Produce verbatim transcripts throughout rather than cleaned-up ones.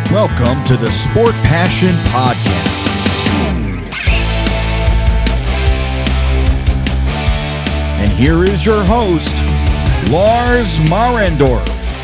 Welcome to the Sport Passion Podcast. And here is your host, Lars Marendorf.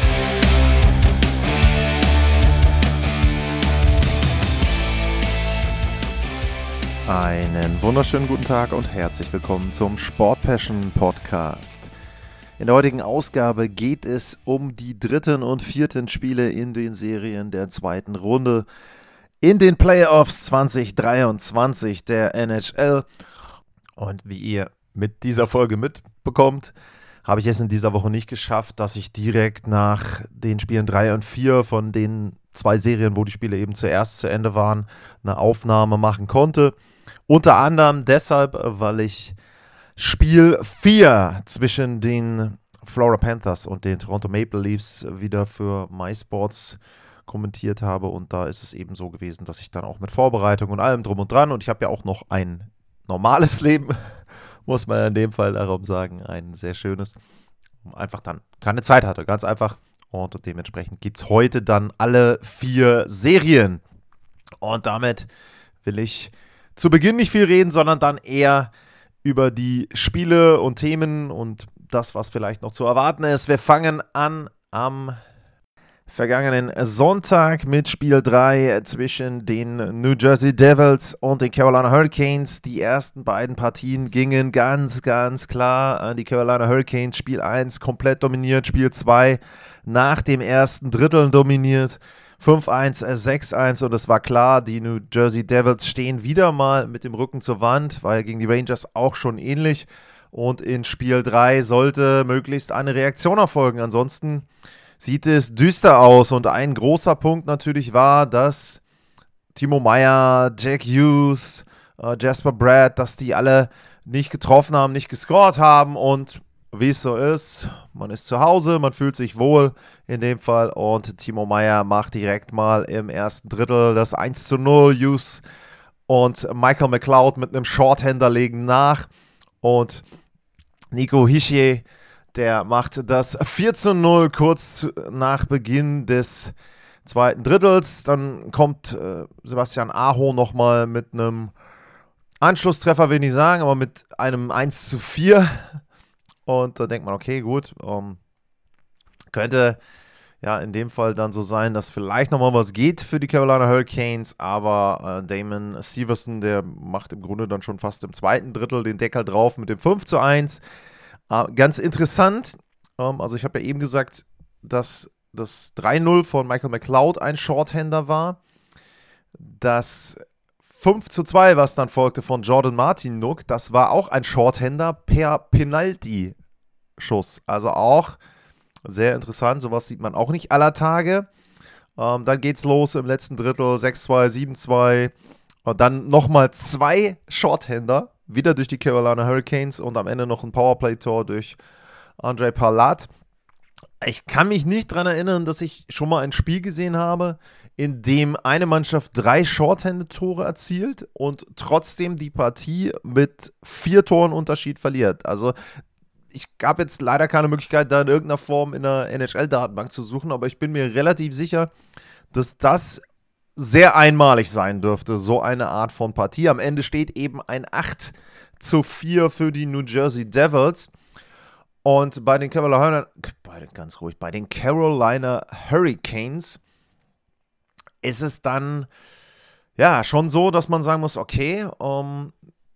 Einen wunderschönen guten Tag und herzlich willkommen zum Sport Passion Podcast. In der heutigen Ausgabe geht es um die dritten und vierten Spiele in den Serien der zweiten Runde in den Playoffs zwanzig dreiundzwanzig der N H L. Und wie ihr mit dieser Folge mitbekommt, habe ich es in dieser Woche nicht geschafft, dass ich direkt nach den Spielen drei und vier von den zwei Serien, wo die Spiele eben zuerst zu Ende waren, eine Aufnahme machen konnte. Unter anderem deshalb, weil ich Spiel vier zwischen den Florida Panthers und den Toronto Maple Leafs wieder für MySports kommentiert habe. Und da ist es eben so gewesen, dass ich dann auch mit Vorbereitung und allem drum und dran, und ich habe ja auch noch ein normales Leben, muss man in dem Fall darum sagen, ein sehr schönes, einfach dann keine Zeit hatte, ganz einfach. Und dementsprechend gibt es heute dann alle vier Serien. Und damit will ich zu Beginn nicht viel reden, sondern dann eher über die Spiele und Themen und das, was vielleicht noch zu erwarten ist. Wir fangen an am vergangenen Sonntag mit Spiel drei zwischen den New Jersey Devils und den Carolina Hurricanes. Die ersten beiden Partien gingen ganz, ganz klar an die Carolina Hurricanes. Spiel eins komplett dominiert, Spiel zwei nach dem ersten Drittel dominiert. fünf eins, sechs eins, und es war klar, die New Jersey Devils stehen wieder mal mit dem Rücken zur Wand, war ja gegen die Rangers auch schon ähnlich, und in Spiel drei sollte möglichst eine Reaktion erfolgen, ansonsten sieht es düster aus. Und ein großer Punkt natürlich war, dass Timo Meier, Jack Hughes, äh, Jasper Bratt, dass die alle nicht getroffen haben, nicht gescored haben, und wie es so ist, man ist zu Hause, man fühlt sich wohl in dem Fall, und Timo Meier macht direkt mal im ersten Drittel das eins zu null. Hughes und Michael McLeod mit einem Shorthander legen nach, und Nico Hischier, der macht das vier zu null kurz nach Beginn des zweiten Drittels. Dann kommt äh, Sebastian Aho nochmal mit einem Anschlusstreffer, will ich nicht sagen, aber mit einem eins zu vier. Und da denkt man, okay, gut, um, könnte ja in dem Fall dann so sein, dass vielleicht nochmal was geht für die Carolina Hurricanes, aber äh, Damon Severson, der macht im Grunde dann schon fast im zweiten Drittel den Deckel drauf mit dem fünf zu eins. Äh, ganz interessant, ähm, also ich habe ja eben gesagt, dass das drei null von Michael McLeod ein Shorthander war. Das fünf zu zwei, was dann folgte von Jordan Martinook, das war auch ein Shorthander per Penalty-Schuss. Also auch sehr interessant, sowas sieht man auch nicht aller Tage. Ähm, dann geht's los im letzten Drittel, sechs zwei, sieben zwei, und dann nochmal zwei Shorthander, wieder durch die Carolina Hurricanes, und am Ende noch ein Powerplay-Tor durch Andrei Palat. Ich kann mich nicht daran erinnern, dass ich schon mal ein Spiel gesehen habe, in dem eine Mannschaft drei Shorthanded-Tore erzielt und trotzdem die Partie mit vier Toren Unterschied verliert. Also ich habe jetzt leider keine Möglichkeit, da in irgendeiner Form in der N H L-Datenbank zu suchen, aber ich bin mir relativ sicher, dass das sehr einmalig sein dürfte, so eine Art von Partie. Am Ende steht eben ein acht zu vier für die New Jersey Devils. Und bei den Carolina, bei den, ganz ruhig, bei den Carolina Hurricanes ist es dann ja schon so, dass man sagen muss, okay, um,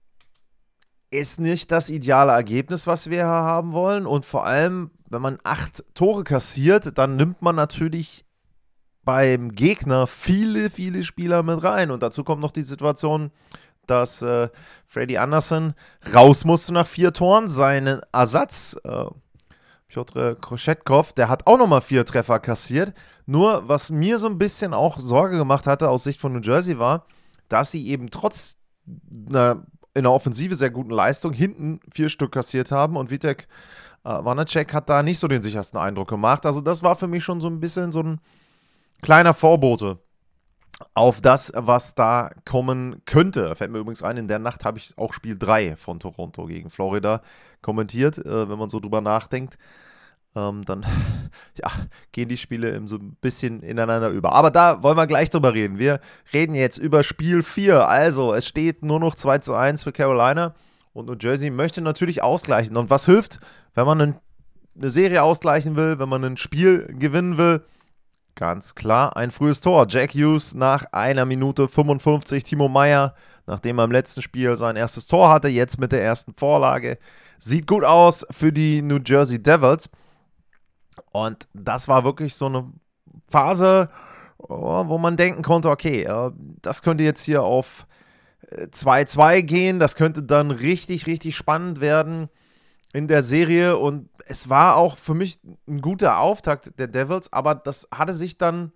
ist nicht das ideale Ergebnis, was wir hier haben wollen. Und vor allem, wenn man acht Tore kassiert, dann nimmt man natürlich beim Gegner viele, viele Spieler mit rein. Und dazu kommt noch die Situation, dass äh, Freddie Anderson raus musste nach vier Toren. Seinen Ersatz, äh, Piotr Koschetkov, der hat auch nochmal vier Treffer kassiert. Nur, was mir so ein bisschen auch Sorge gemacht hatte aus Sicht von New Jersey war, dass sie eben trotz einer in der Offensive sehr guten Leistung hinten vier Stück kassiert haben, und Vitek äh, Vanacek hat da nicht so den sichersten Eindruck gemacht. Also das war für mich schon so ein bisschen so ein kleiner Vorbote auf das, was da kommen könnte. Fällt mir übrigens ein, in der Nacht habe ich auch Spiel drei von Toronto gegen Florida kommentiert, äh, wenn man so drüber nachdenkt. ähm, dann ja, gehen die Spiele so ein bisschen ineinander über. Aber da wollen wir gleich drüber reden. Wir reden jetzt über Spiel vier. Also, es steht nur noch zwei zu eins für Carolina und New Jersey möchte natürlich ausgleichen. Und was hilft, wenn man einen, eine Serie ausgleichen will, wenn man ein Spiel gewinnen will? Ganz klar, ein frühes Tor. Jack Hughes nach einer Minute fünfundfünfzig. Timo Meier, nachdem er im letzten Spiel sein erstes Tor hatte, jetzt mit der ersten Vorlage. Sieht gut aus für die New Jersey Devils. Und das war wirklich so eine Phase, wo man denken konnte, okay, das könnte jetzt hier auf zwei zwei gehen. Das könnte dann richtig, richtig spannend werden in der Serie. Und es war auch für mich ein guter Auftakt der Devils, aber das hatte sich dann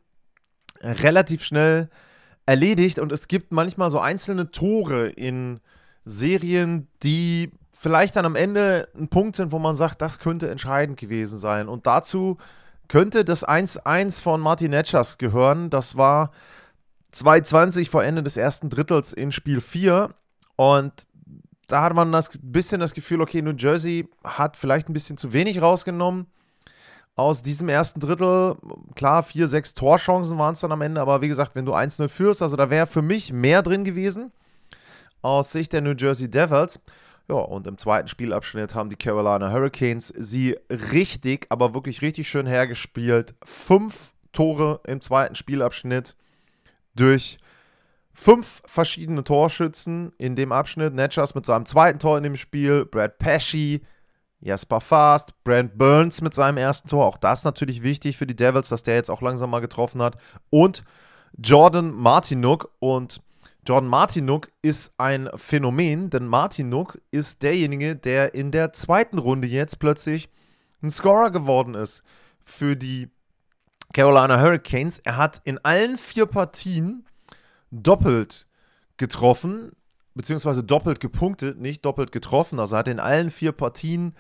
relativ schnell erledigt. Und es gibt manchmal so einzelne Tore in Serien, die vielleicht dann am Ende ein Punkt sind, wo man sagt, das könnte entscheidend gewesen sein. Und dazu könnte das eins eins von Martin Necas gehören. Das war zwei zwanzig vor Ende des ersten Drittels in Spiel vier. Und da hat man das bisschen das Gefühl, okay, New Jersey hat vielleicht ein bisschen zu wenig rausgenommen aus diesem ersten Drittel. Klar, vier, sechs Torchancen waren es dann am Ende. Aber wie gesagt, wenn du eins null führst, also da wäre für mich mehr drin gewesen aus Sicht der New Jersey Devils. Ja, und im zweiten Spielabschnitt haben die Carolina Hurricanes sie richtig, aber wirklich richtig schön hergespielt. Fünf Tore im zweiten Spielabschnitt durch fünf verschiedene Torschützen in dem Abschnitt. Necas mit seinem zweiten Tor in dem Spiel, Brad Pesce, Jesper Fast, Brent Burns mit seinem ersten Tor. Auch das natürlich wichtig für die Devils, dass der jetzt auch langsam mal getroffen hat. Und Jordan Martinook. Und Jordan Martinook ist ein Phänomen, denn Martinook ist derjenige, der in der zweiten Runde jetzt plötzlich ein Scorer geworden ist für die Carolina Hurricanes. Er hat in allen vier Partien doppelt getroffen, beziehungsweise doppelt gepunktet, nicht doppelt getroffen. Also hat er in allen vier Partien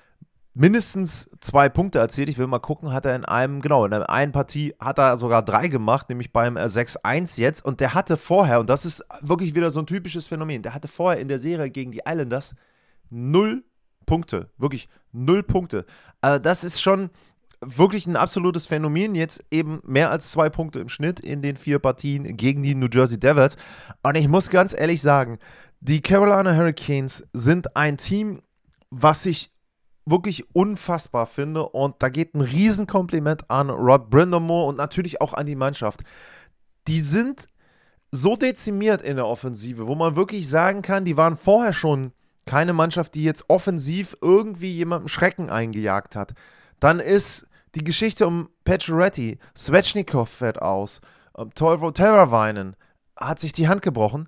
mindestens zwei Punkte erzielt. Ich will mal gucken, hat er in einem, genau, in der einen Partie hat er sogar drei gemacht, nämlich beim sechs eins jetzt. Und der hatte vorher, und das ist wirklich wieder so ein typisches Phänomen, der hatte vorher in der Serie gegen die Islanders null Punkte. Wirklich null Punkte. Also das ist schon wirklich ein absolutes Phänomen. Jetzt eben mehr als zwei Punkte im Schnitt in den vier Partien gegen die New Jersey Devils. Und ich muss ganz ehrlich sagen, die Carolina Hurricanes sind ein Team, was ich wirklich unfassbar finde, und da geht ein Riesenkompliment an Rod Brind'Amour und natürlich auch an die Mannschaft. Die sind so dezimiert in der Offensive, wo man wirklich sagen kann, die waren vorher schon keine Mannschaft, die jetzt offensiv irgendwie jemandem Schrecken eingejagt hat. Dann ist die Geschichte um Pacioretty, Svechnikov fährt aus, um, Teuvo Teravainen hat sich die Hand gebrochen,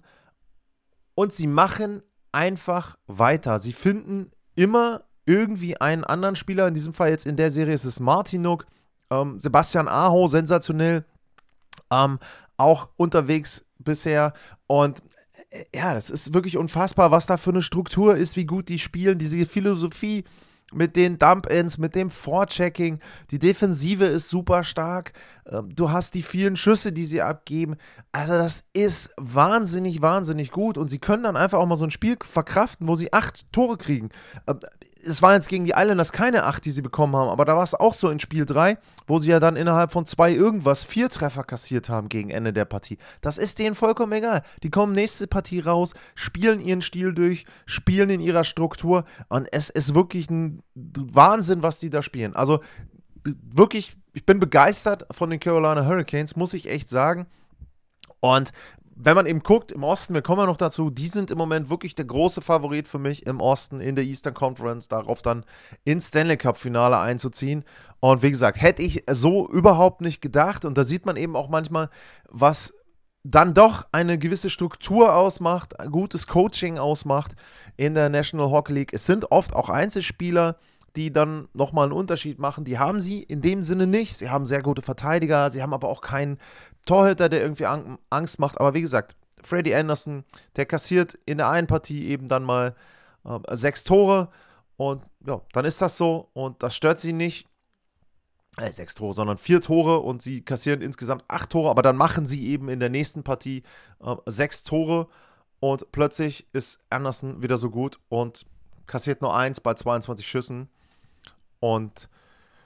und sie machen einfach weiter. Sie finden immer irgendwie einen anderen Spieler, in diesem Fall jetzt in der Serie ist es Martinook, ähm, Sebastian Aho, sensationell, ähm, auch unterwegs bisher, und äh, ja, das ist wirklich unfassbar, was da für eine Struktur ist, wie gut die spielen, diese Philosophie mit den Dump-Ins, mit dem Vorchecking, die Defensive ist super stark, du hast die vielen Schüsse, die sie abgeben, also das ist wahnsinnig, wahnsinnig gut, und sie können dann einfach auch mal so ein Spiel verkraften, wo sie acht Tore kriegen. Es waren jetzt gegen die Islanders keine acht, die sie bekommen haben, aber da war es auch so in Spiel drei, wo sie ja dann innerhalb von zwei irgendwas vier Treffer kassiert haben gegen Ende der Partie. Das ist denen vollkommen egal. Die kommen nächste Partie raus, spielen ihren Stil durch, spielen in ihrer Struktur, und es ist wirklich ein Wahnsinn, was die da spielen. Also wirklich, ich bin begeistert von den Carolina Hurricanes, muss ich echt sagen. Und wenn man eben guckt, im Osten, wir kommen ja noch dazu, die sind im Moment wirklich der große Favorit für mich im Osten, in der Eastern Conference, darauf dann ins Stanley Cup-Finale einzuziehen. Und wie gesagt, hätte ich so überhaupt nicht gedacht. Und da sieht man eben auch manchmal, was dann doch eine gewisse Struktur ausmacht, ein gutes Coaching ausmacht in der National Hockey League. Es sind oft auch Einzelspieler, die dann nochmal einen Unterschied machen. Die haben sie in dem Sinne nicht. Sie haben sehr gute Verteidiger, sie haben aber auch keinen Torhüter, der irgendwie Angst macht. Aber wie gesagt, Freddie Anderson, der kassiert in der einen Partie eben dann mal äh, sechs Tore, und ja, dann ist das so, und das stört sie nicht. Äh, sechs Tore, sondern vier Tore, und sie kassieren insgesamt acht Tore, aber dann machen sie eben in der nächsten Partie äh, sechs Tore, und plötzlich ist Anderson wieder so gut und kassiert nur eins bei zweiundzwanzig Schüssen. Und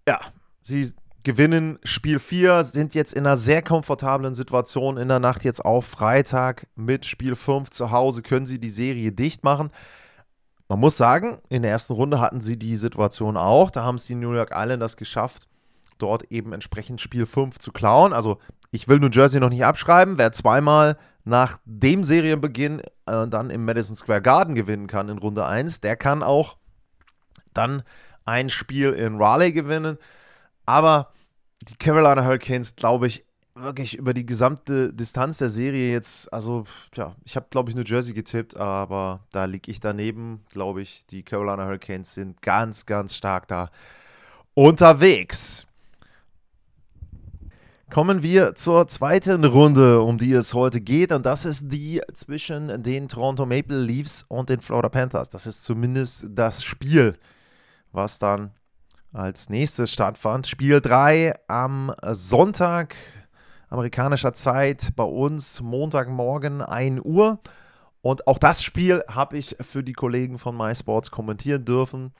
ja, sie gewinnen Spiel vier, sind jetzt in einer sehr komfortablen Situation in der Nacht jetzt auf Freitag mit Spiel fünf zu Hause, können sie die Serie dicht machen. Man muss sagen, in der ersten Runde hatten sie die Situation auch, da haben es die New York Islanders geschafft, dort eben entsprechend Spiel fünf zu klauen. Also ich will New Jersey noch nicht abschreiben, wer zweimal nach dem Serienbeginn äh, dann im Madison Square Garden gewinnen kann in Runde eins, der kann auch dann ein Spiel in Raleigh gewinnen. Aber die Carolina Hurricanes, glaube ich, wirklich über die gesamte Distanz der Serie jetzt, also ja, ich habe, glaube ich, New Jersey getippt, aber da liege ich daneben, glaube ich, die Carolina Hurricanes sind ganz, ganz stark da unterwegs. Kommen wir zur zweiten Runde, um die es heute geht, und das ist die zwischen den Toronto Maple Leafs und den Florida Panthers. Das ist zumindest das Spiel, was dann als nächstes stattfand. Spiel drei am Sonntag, amerikanischer Zeit, bei uns Montagmorgen ein Uhr. Und auch das Spiel habe ich für die Kollegen von MySports kommentieren dürfen.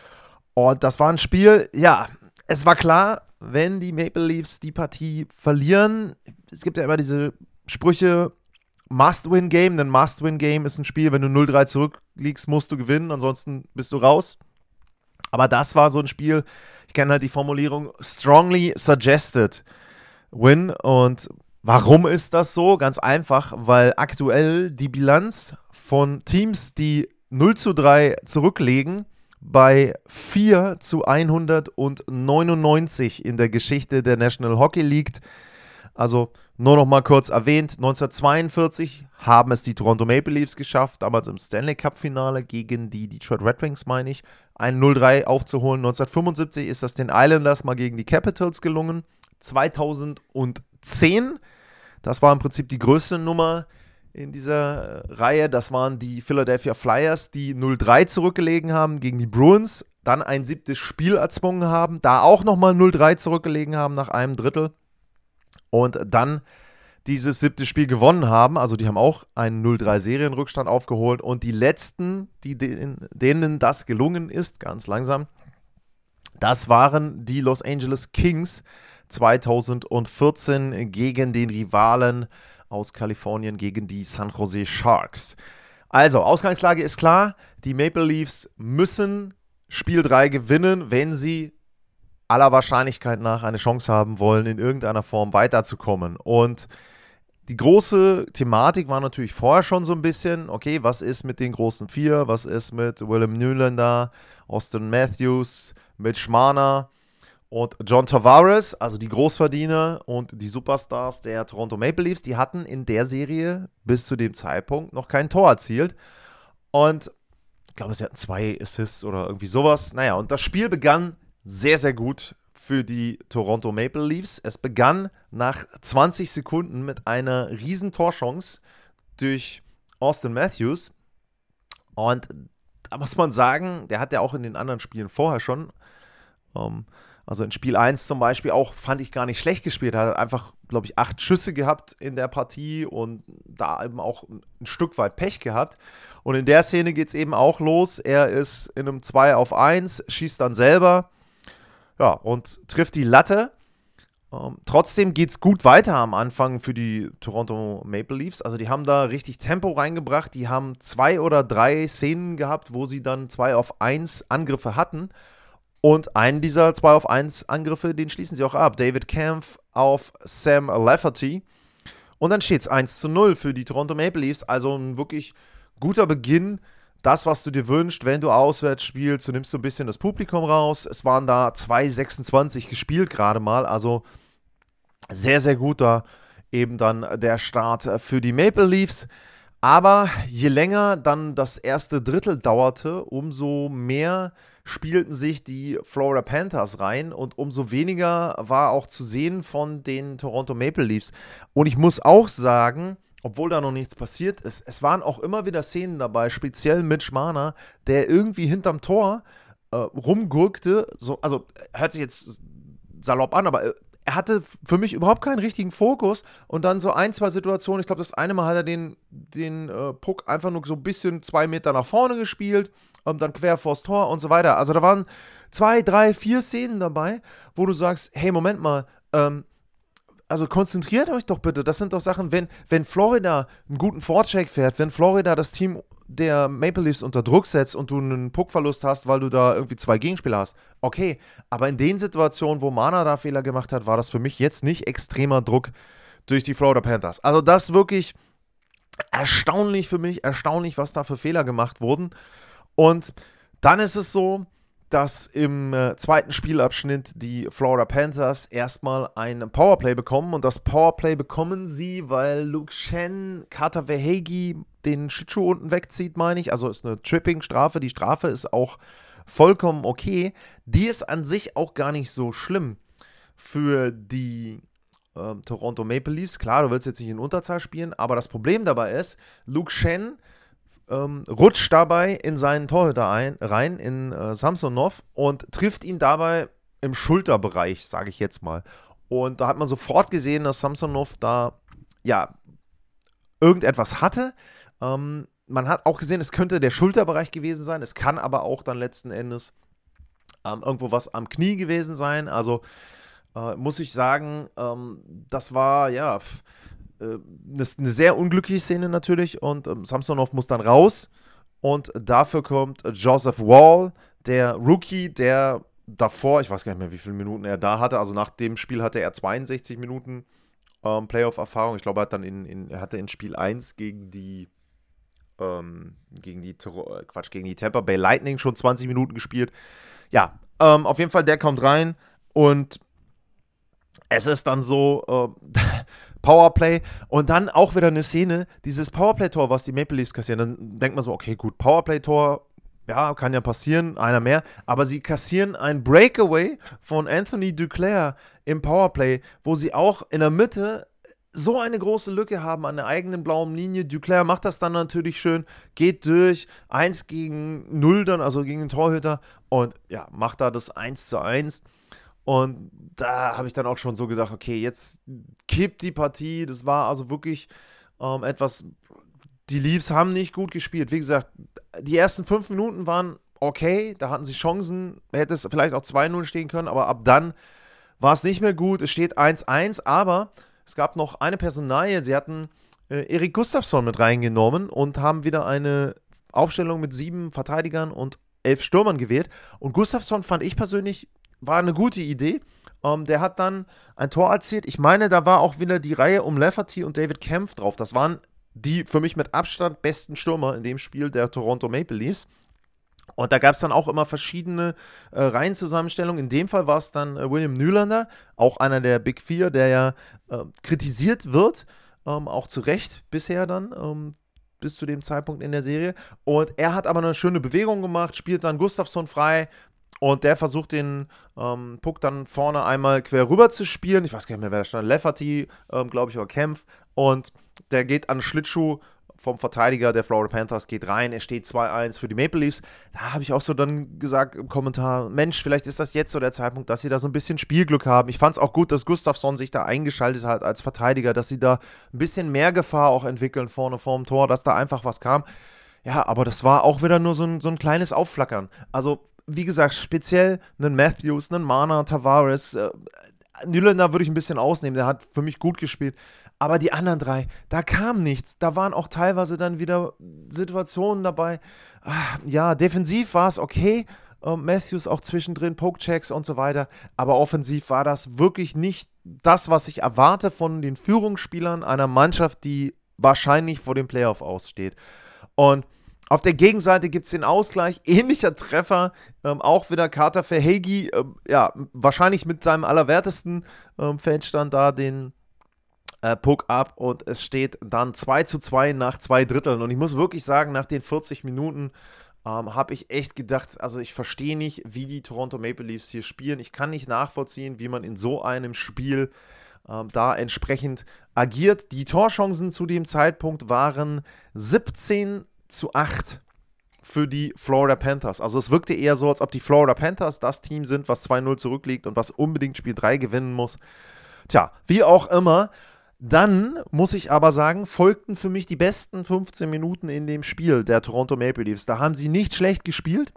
Und das war ein Spiel, ja, es war klar, wenn die Maple Leafs die Partie verlieren, es gibt ja immer diese Sprüche, Must-Win-Game, denn Must-Win-Game ist ein Spiel, wenn du null drei zurückliegst, musst du gewinnen, ansonsten bist du raus. Aber das war so ein Spiel, ich kenne halt die Formulierung strongly suggested win. Und warum ist das so? Ganz einfach, weil aktuell die Bilanz von Teams, die null zu drei zurücklegen, bei vier zu hundertneunundneunzig in der Geschichte der National Hockey League. Also nur noch mal kurz erwähnt, neunzehnhundertzweiundvierzig haben es die Toronto Maple Leafs geschafft, damals im Stanley Cup-Finale gegen die Detroit Red Wings, meine ich, ein null drei aufzuholen. neunzehnhundertfünfundsiebzig ist das den Islanders mal gegen die Capitals gelungen. zweitausendzehn, das war im Prinzip die größte Nummer in dieser Reihe, das waren die Philadelphia Flyers, die null drei zurückgelegen haben gegen die Bruins, dann ein siebtes Spiel erzwungen haben, da auch nochmal null drei zurückgelegen haben nach einem Drittel und dann dieses siebte Spiel gewonnen haben, also die haben auch einen null drei Serienrückstand aufgeholt und die letzten, die denen, denen das gelungen ist, ganz langsam, das waren die Los Angeles Kings zweitausendvierzehn gegen den Rivalen aus Kalifornien, gegen die San Jose Sharks. Also, Ausgangslage ist klar, die Maple Leafs müssen Spiel drei gewinnen, wenn sie aller Wahrscheinlichkeit nach eine Chance haben wollen, in irgendeiner Form weiterzukommen. Und die große Thematik war natürlich vorher schon so ein bisschen, okay, was ist mit den großen Vier, was ist mit William Nylander, Austin Matthews, Mitch Marner und John Tavares, also die Großverdiener und die Superstars der Toronto Maple Leafs, die hatten in der Serie bis zu dem Zeitpunkt noch kein Tor erzielt. Und ich glaube, sie hatten zwei Assists oder irgendwie sowas. Naja, und das Spiel begann sehr, sehr gut für die Toronto Maple Leafs. Es begann nach zwanzig Sekunden mit einer riesen Torchance durch Austin Matthews. Und da muss man sagen, der hat ja auch in den anderen Spielen vorher schon, ähm, also in Spiel eins zum Beispiel auch, fand ich gar nicht schlecht gespielt. Er hat einfach, glaube ich, acht Schüsse gehabt in der Partie und da eben auch ein Stück weit Pech gehabt. Und in der Szene geht es eben auch los. Er ist in einem zwei auf eins, schießt dann selber, ja, und trifft die Latte. Ähm, trotzdem geht es gut weiter am Anfang für die Toronto Maple Leafs. Also die haben da richtig Tempo reingebracht. Die haben zwei oder drei Szenen gehabt, wo sie dann zwei auf eins Angriffe hatten. Und einen dieser zwei auf eins Angriffe, den schließen sie auch ab. David Kampf auf Sam Lafferty. Und dann steht es eins zu null für die Toronto Maple Leafs. Also ein wirklich guter Beginn. Das, was du dir wünschst, wenn du auswärts spielst, du nimmst so ein bisschen das Publikum raus. Es waren da zwei sechsundzwanzig gespielt gerade mal. Also sehr, sehr guter eben dann der Start für die Maple Leafs. Aber je länger dann das erste Drittel dauerte, umso mehr spielten sich die Florida Panthers rein und umso weniger war auch zu sehen von den Toronto Maple Leafs. Und ich muss auch sagen, obwohl da noch nichts passiert ist, es waren auch immer wieder Szenen dabei, speziell Mitch Marner, der irgendwie hinterm Tor äh, rumgurkte. So, also hört sich jetzt salopp an, aber äh, er hatte für mich überhaupt keinen richtigen Fokus und dann so ein, zwei Situationen, ich glaube, das eine Mal hat er den, den äh, Puck einfach nur so ein bisschen zwei Meter nach vorne gespielt, ähm, dann quer vors Tor und so weiter. Also da waren zwei, drei, vier Szenen dabei, wo du sagst, hey, Moment mal, ähm, also konzentriert euch doch bitte, das sind doch Sachen, wenn, wenn Florida einen guten Vorcheck fährt, wenn Florida das Team der Maple Leafs unter Druck setzt und du einen Puckverlust hast, weil du da irgendwie zwei Gegenspieler hast, okay, aber in den Situationen, wo Mana da Fehler gemacht hat, war das für mich jetzt nicht extremer Druck durch die Florida Panthers. Also das wirklich erstaunlich für mich, erstaunlich, was da für Fehler gemacht wurden. Und dann ist es so, dass im äh, zweiten Spielabschnitt die Florida Panthers erstmal ein Powerplay bekommen. Und das Powerplay bekommen sie, weil Luke Schenn, Carter Verhaeghe den Schlittschuh unten wegzieht, meine ich. Also ist eine Tripping-Strafe. Die Strafe ist auch vollkommen okay. Die ist an sich auch gar nicht so schlimm für die äh, Toronto Maple Leafs. Klar, du willst jetzt nicht in Unterzahl spielen, aber das Problem dabei ist, Luke Schenn Ähm, rutscht dabei in seinen Torhüter ein, rein, in äh, Samsonov und trifft ihn dabei im Schulterbereich, sage ich jetzt mal. Und da hat man sofort gesehen, dass Samsonov da, ja, irgendetwas hatte. Ähm, man hat auch gesehen, es könnte der Schulterbereich gewesen sein, es kann aber auch dann letzten Endes ähm, irgendwo was am Knie gewesen sein. Also äh, muss ich sagen, ähm, das war, ja, f- eine sehr unglückliche Szene natürlich und ähm, Samsonov muss dann raus und dafür kommt Joseph Woll, der Rookie, der davor, ich weiß gar nicht mehr, wie viele Minuten er da hatte, also nach dem Spiel hatte er zweiundsechzig Minuten ähm, Playoff-Erfahrung. Ich glaube, er, hat dann in, in, er hatte in Spiel eins gegen die ähm, gegen die äh, Quatsch, gegen die Tampa Bay Lightning schon zwanzig Minuten gespielt. Ja, ähm, auf jeden Fall, der kommt rein und es ist dann so äh, Powerplay und dann auch wieder eine Szene, dieses Powerplay-Tor, was die Maple Leafs kassieren, dann denkt man so, okay, gut, Powerplay-Tor, ja, kann ja passieren, einer mehr, aber sie kassieren ein Breakaway von Anthony Duclair im Powerplay, wo sie auch in der Mitte so eine große Lücke haben an der eigenen blauen Linie. Duclair macht das dann natürlich schön, geht durch, eins gegen null dann, also gegen den Torhüter und ja, macht da das eins zu eins. Und da habe ich dann auch schon so gesagt, okay, jetzt kippt die Partie. Das war also wirklich ähm, etwas, die Leafs haben nicht gut gespielt. Wie gesagt, die ersten fünf Minuten waren okay, da hatten sie Chancen, hätte es vielleicht auch zwei null stehen können, aber ab dann war es nicht mehr gut. Es steht eins eins, aber es gab noch eine Personalie. Sie hatten äh, Erik Gustafsson mit reingenommen und haben wieder eine Aufstellung mit sieben Verteidigern und elf Stürmern gewählt. Und Gustafsson fand ich persönlich war eine gute Idee. Ähm, der hat dann ein Tor erzielt. Ich meine, da war auch wieder die Reihe um Lafferty und David Kampf drauf. Das waren die für mich mit Abstand besten Stürmer in dem Spiel der Toronto Maple Leafs. Und da gab es dann auch immer verschiedene äh, Reihenzusammenstellungen. In dem Fall war es dann äh, William Nylander, auch einer der Big Four, der ja äh, kritisiert wird, ähm, auch zu Recht bisher dann, ähm, bis zu dem Zeitpunkt in der Serie. Und er hat aber eine schöne Bewegung gemacht, spielt dann Gustafsson frei, und der versucht den ähm, Puck dann vorne einmal quer rüber zu spielen. Ich weiß gar nicht mehr, wer da stand. Lafferty, ähm, glaube ich, oder Kempf. Und der geht an den Schlittschuh vom Verteidiger der Florida Panthers, geht rein. Er steht zwei eins für die Maple Leafs. Da habe ich auch so dann gesagt im Kommentar, Mensch, vielleicht ist das jetzt so der Zeitpunkt, dass sie da so ein bisschen Spielglück haben. Ich fand es auch gut, dass Gustafsson sich da eingeschaltet hat als Verteidiger, dass sie da ein bisschen mehr Gefahr auch entwickeln vorne vorm Tor, dass da einfach was kam. Ja, aber das war auch wieder nur so ein, so ein kleines Aufflackern. Also, wie gesagt, speziell einen Matthews, einen Mana, Tavares, äh, Nylander würde ich ein bisschen ausnehmen, der hat für mich gut gespielt. Aber die anderen drei, da kam nichts. Da waren auch teilweise dann wieder Situationen dabei. Ach, ja, defensiv war es okay. Äh, Matthews auch zwischendrin, Pokechecks und so weiter. Aber offensiv war das wirklich nicht das, was ich erwarte von den Führungsspielern einer Mannschaft, die wahrscheinlich vor dem Playoff aussteht. Und auf der Gegenseite gibt es den Ausgleich, ähnlicher Treffer, ähm, auch wieder Carter Verhaeghe, ähm, ja, wahrscheinlich mit seinem allerwertesten ähm, Feldstand da den äh, Puck ab und es steht dann zwei zu zwei nach zwei Dritteln. Und ich muss wirklich sagen, nach den vierzig Minuten ähm, habe ich echt gedacht, also ich verstehe nicht, wie die Toronto Maple Leafs hier spielen. Ich kann nicht nachvollziehen, wie man in so einem Spiel ähm, da entsprechend agiert. Die Torchancen zu dem Zeitpunkt waren siebzehn zu acht für die Florida Panthers. Also es wirkte eher so, als ob die Florida Panthers das Team sind, was zwei null zurückliegt und was unbedingt Spiel drei gewinnen muss. Tja, wie auch immer, dann muss ich aber sagen, folgten für mich die besten fünfzehn Minuten in dem Spiel der Toronto Maple Leafs. Da haben sie nicht schlecht gespielt.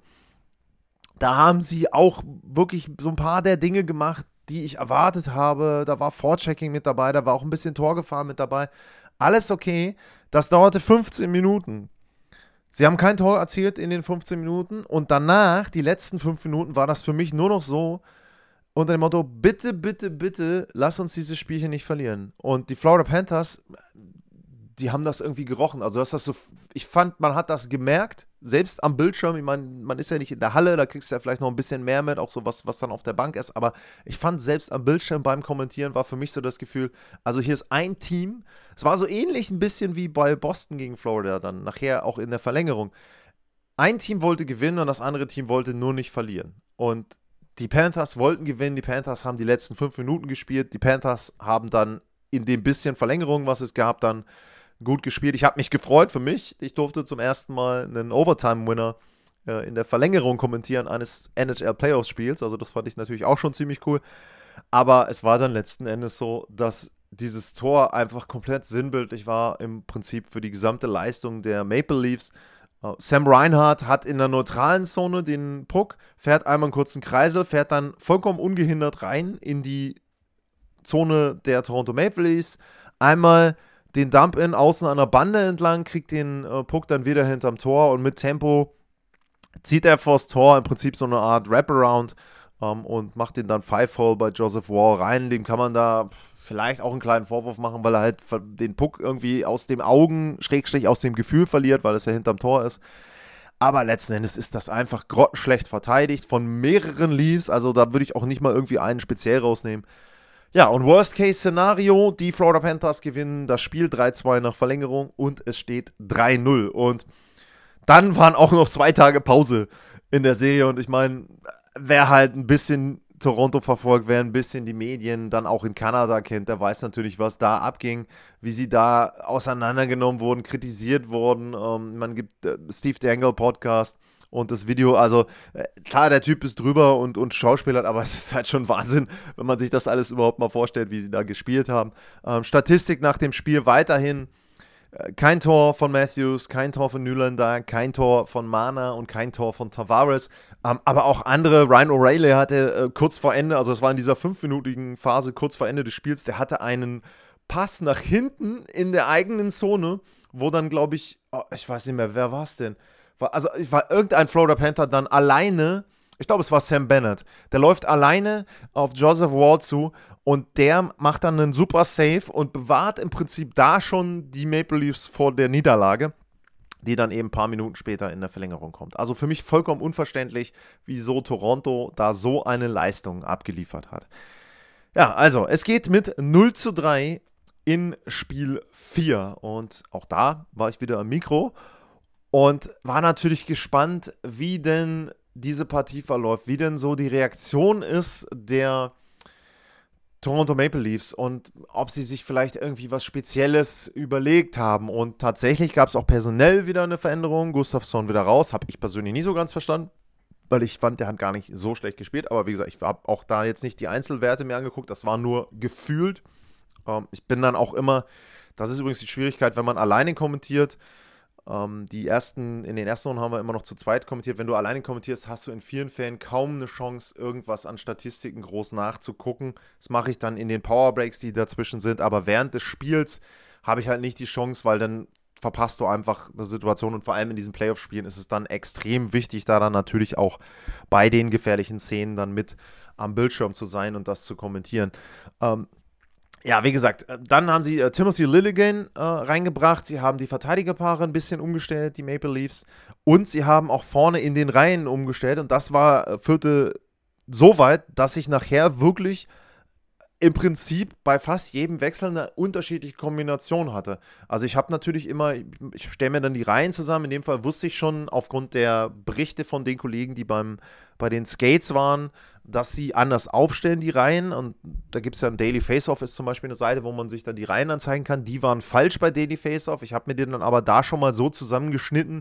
Da haben sie auch wirklich so ein paar der Dinge gemacht, die ich erwartet habe. Da war Forechecking mit dabei, da war auch ein bisschen Torgefahr mit dabei. Alles okay. Das dauerte fünfzehn Minuten. Sie haben kein Tor erzielt in den fünfzehn Minuten und danach, die letzten fünf Minuten, war das für mich nur noch so, unter dem Motto, bitte, bitte, bitte, lass uns dieses Spiel hier nicht verlieren. Und die Florida Panthers, die haben das irgendwie gerochen. Also das ist so, ich fand, man hat das gemerkt, selbst am Bildschirm. Ich meine, man ist ja nicht in der Halle, da kriegst du ja vielleicht noch ein bisschen mehr mit, auch so was, was dann auf der Bank ist. Aber ich fand, selbst am Bildschirm beim Kommentieren war für mich so das Gefühl, also hier ist ein Team, es war so ähnlich ein bisschen wie bei Boston gegen Florida dann, nachher auch in der Verlängerung. Ein Team wollte gewinnen und das andere Team wollte nur nicht verlieren. Und die Panthers wollten gewinnen, die Panthers haben die letzten fünf Minuten gespielt, die Panthers haben dann in dem bisschen Verlängerung, was es gab, dann gut gespielt. Ich habe mich gefreut für mich, ich durfte zum ersten Mal einen Overtime-Winner äh, in der Verlängerung kommentieren eines N H L-Playoffs-Spiels, also das fand ich natürlich auch schon ziemlich cool, aber es war dann letzten Endes so, dass dieses Tor einfach komplett sinnbildlich war im Prinzip für die gesamte Leistung der Maple Leafs. Sam Reinhart hat in der neutralen Zone den Puck, fährt einmal einen kurzen Kreisel, fährt dann vollkommen ungehindert rein in die Zone der Toronto Maple Leafs, einmal den Dump-In außen an der Bande entlang, kriegt den äh, Puck dann wieder hinterm Tor und mit Tempo zieht er vors Tor, im Prinzip so eine Art Wraparound ähm, und macht den dann Five-Hole bei Joseph Woll rein. Dem kann man da vielleicht auch einen kleinen Vorwurf machen, weil er halt den Puck irgendwie aus dem Augen, Schrägstrich aus dem Gefühl verliert, weil es ja hinterm Tor ist. Aber letzten Endes ist das einfach grottenschlecht verteidigt von mehreren Leafs, also da würde ich auch nicht mal irgendwie einen speziell rausnehmen. Ja, und Worst-Case-Szenario, die Florida Panthers gewinnen das Spiel drei zwei nach Verlängerung und es steht drei null. Und dann waren auch noch zwei Tage Pause in der Serie und ich meine, wer halt ein bisschen Toronto verfolgt, wer ein bisschen die Medien dann auch in Kanada kennt, der weiß natürlich, was da abging, wie sie da auseinandergenommen wurden, kritisiert wurden. Ähm, man gibt äh, Steve Dangle Podcast und das Video, also äh, klar, der Typ ist drüber und, und schauspielert, aber es ist halt schon Wahnsinn, wenn man sich das alles überhaupt mal vorstellt, wie sie da gespielt haben. Ähm, Statistik nach dem Spiel weiterhin: äh, kein Tor von Matthews, kein Tor von Nylander, kein Tor von Mana und kein Tor von Tavares. Ähm, aber auch andere, Ryan O'Reilly hatte äh, kurz vor Ende, also es war in dieser fünfminütigen Phase kurz vor Ende des Spiels, der hatte einen Pass nach hinten in der eigenen Zone, wo dann, glaube ich, oh, ich weiß nicht mehr, wer war es denn? War, also war irgendein Florida Panther dann alleine, ich glaube, es war Sam Bennett, der läuft alleine auf Joseph Woll zu und der macht dann einen super Save und bewahrt im Prinzip da schon die Maple Leafs vor der Niederlage, die dann eben ein paar Minuten später in der Verlängerung kommt. Also für mich vollkommen unverständlich, wieso Toronto da so eine Leistung abgeliefert hat. Ja, also es geht mit null zu drei in Spiel vier und auch da war ich wieder am Mikro und war natürlich gespannt, wie denn diese Partie verläuft, wie denn so die Reaktion ist der Toronto Maple Leafs und ob sie sich vielleicht irgendwie was Spezielles überlegt haben. Und tatsächlich gab es auch personell wieder eine Veränderung. Gustafsson wieder raus, habe ich persönlich nie so ganz verstanden, weil ich fand, der hat gar nicht so schlecht gespielt. Aber wie gesagt, ich habe auch da jetzt nicht die Einzelwerte mir angeguckt, das war nur gefühlt. Ähm, ich bin dann auch immer, das ist übrigens die Schwierigkeit, wenn man alleine kommentiert. Ähm, die ersten, in den ersten Runden haben wir immer noch zu zweit kommentiert. Wenn du alleine kommentierst, hast du in vielen Fällen kaum eine Chance, irgendwas an Statistiken groß nachzugucken. Das mache ich dann in den Powerbreaks, die dazwischen sind. Aber während des Spiels habe ich halt nicht die Chance, weil dann verpasst du einfach eine Situation. Und vor allem in diesen Playoff-Spielen ist es dann extrem wichtig, da dann natürlich auch bei den gefährlichen Szenen dann mit am Bildschirm zu sein und das zu kommentieren. Ähm, Ja, wie gesagt, dann haben sie äh, Timothy Lilligren äh, reingebracht, sie haben die Verteidigerpaare ein bisschen umgestellt, die Maple Leafs, und sie haben auch vorne in den Reihen umgestellt und das war, äh, führte so weit, dass ich nachher wirklich im Prinzip bei fast jedem Wechsel eine unterschiedliche Kombination hatte. Also ich habe natürlich immer, ich stelle mir dann die Reihen zusammen, in dem Fall wusste ich schon aufgrund der Berichte von den Kollegen, die beim, bei den Skates waren, dass sie anders aufstellen, die Reihen, und da gibt es ja ein Daily Face-Off, ist zum Beispiel eine Seite, wo man sich dann die Reihen anzeigen kann, die waren falsch bei Daily Face-Off, ich habe mir den dann aber da schon mal so zusammengeschnitten,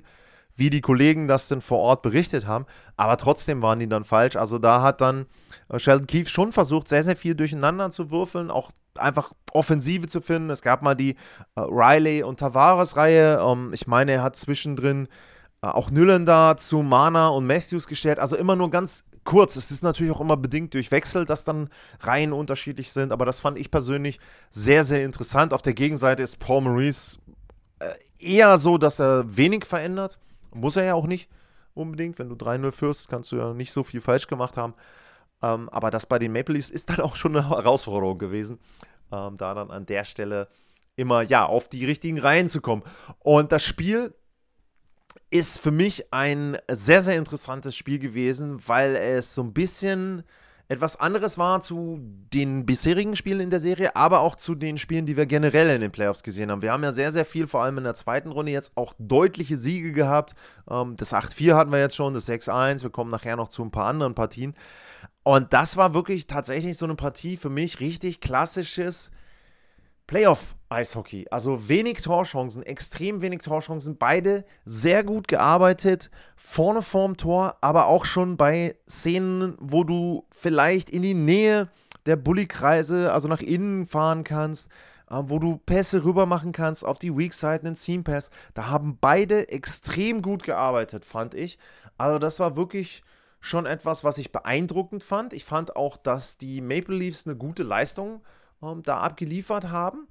wie die Kollegen das denn vor Ort berichtet haben, aber trotzdem waren die dann falsch. Also da hat dann äh, Sheldon Keefe schon versucht, sehr, sehr viel durcheinander zu würfeln, auch einfach Offensive zu finden. Es gab mal die äh, Riley- und Tavares-Reihe. Ähm, ich meine, er hat zwischendrin äh, auch Nylander zu Mana und Matthews gestellt. Also immer nur ganz kurz. Es ist natürlich auch immer bedingt durch Wechsel, dass dann Reihen unterschiedlich sind. Aber das fand ich persönlich sehr, sehr interessant. Auf der Gegenseite ist Paul Maurice äh, eher so, dass er wenig verändert. Muss er ja auch nicht unbedingt. Wenn du drei null führst, kannst du ja nicht so viel falsch gemacht haben. Ähm, aber das bei den Maple Leafs ist dann auch schon eine Herausforderung gewesen, ähm, da dann an der Stelle immer, ja, auf die richtigen Reihen zu kommen. Und das Spiel ist für mich ein sehr, sehr interessantes Spiel gewesen, weil es so ein bisschen etwas anderes war zu den bisherigen Spielen in der Serie, aber auch zu den Spielen, die wir generell in den Playoffs gesehen haben. Wir haben ja sehr, sehr viel, vor allem in der zweiten Runde, jetzt auch deutliche Siege gehabt. Ähm, das acht vier hatten wir jetzt schon, das sechs eins. Wir kommen nachher noch zu ein paar anderen Partien. Und das war wirklich tatsächlich so eine Partie für mich, richtig klassisches Playoff-Eishockey. Also wenig Torchancen, extrem wenig Torchancen, beide sehr gut gearbeitet, vorne vorm Tor, aber auch schon bei Szenen, wo du vielleicht in die Nähe der Bulli-Kreise, also nach innen fahren kannst, äh, wo du Pässe rüber machen kannst auf die Weak-Side, einen Seam-Pass. Da haben beide extrem gut gearbeitet, fand ich. Also das war wirklich schon etwas, was ich beeindruckend fand. Ich fand auch, dass die Maple Leafs eine gute Leistung ähm, da abgeliefert haben.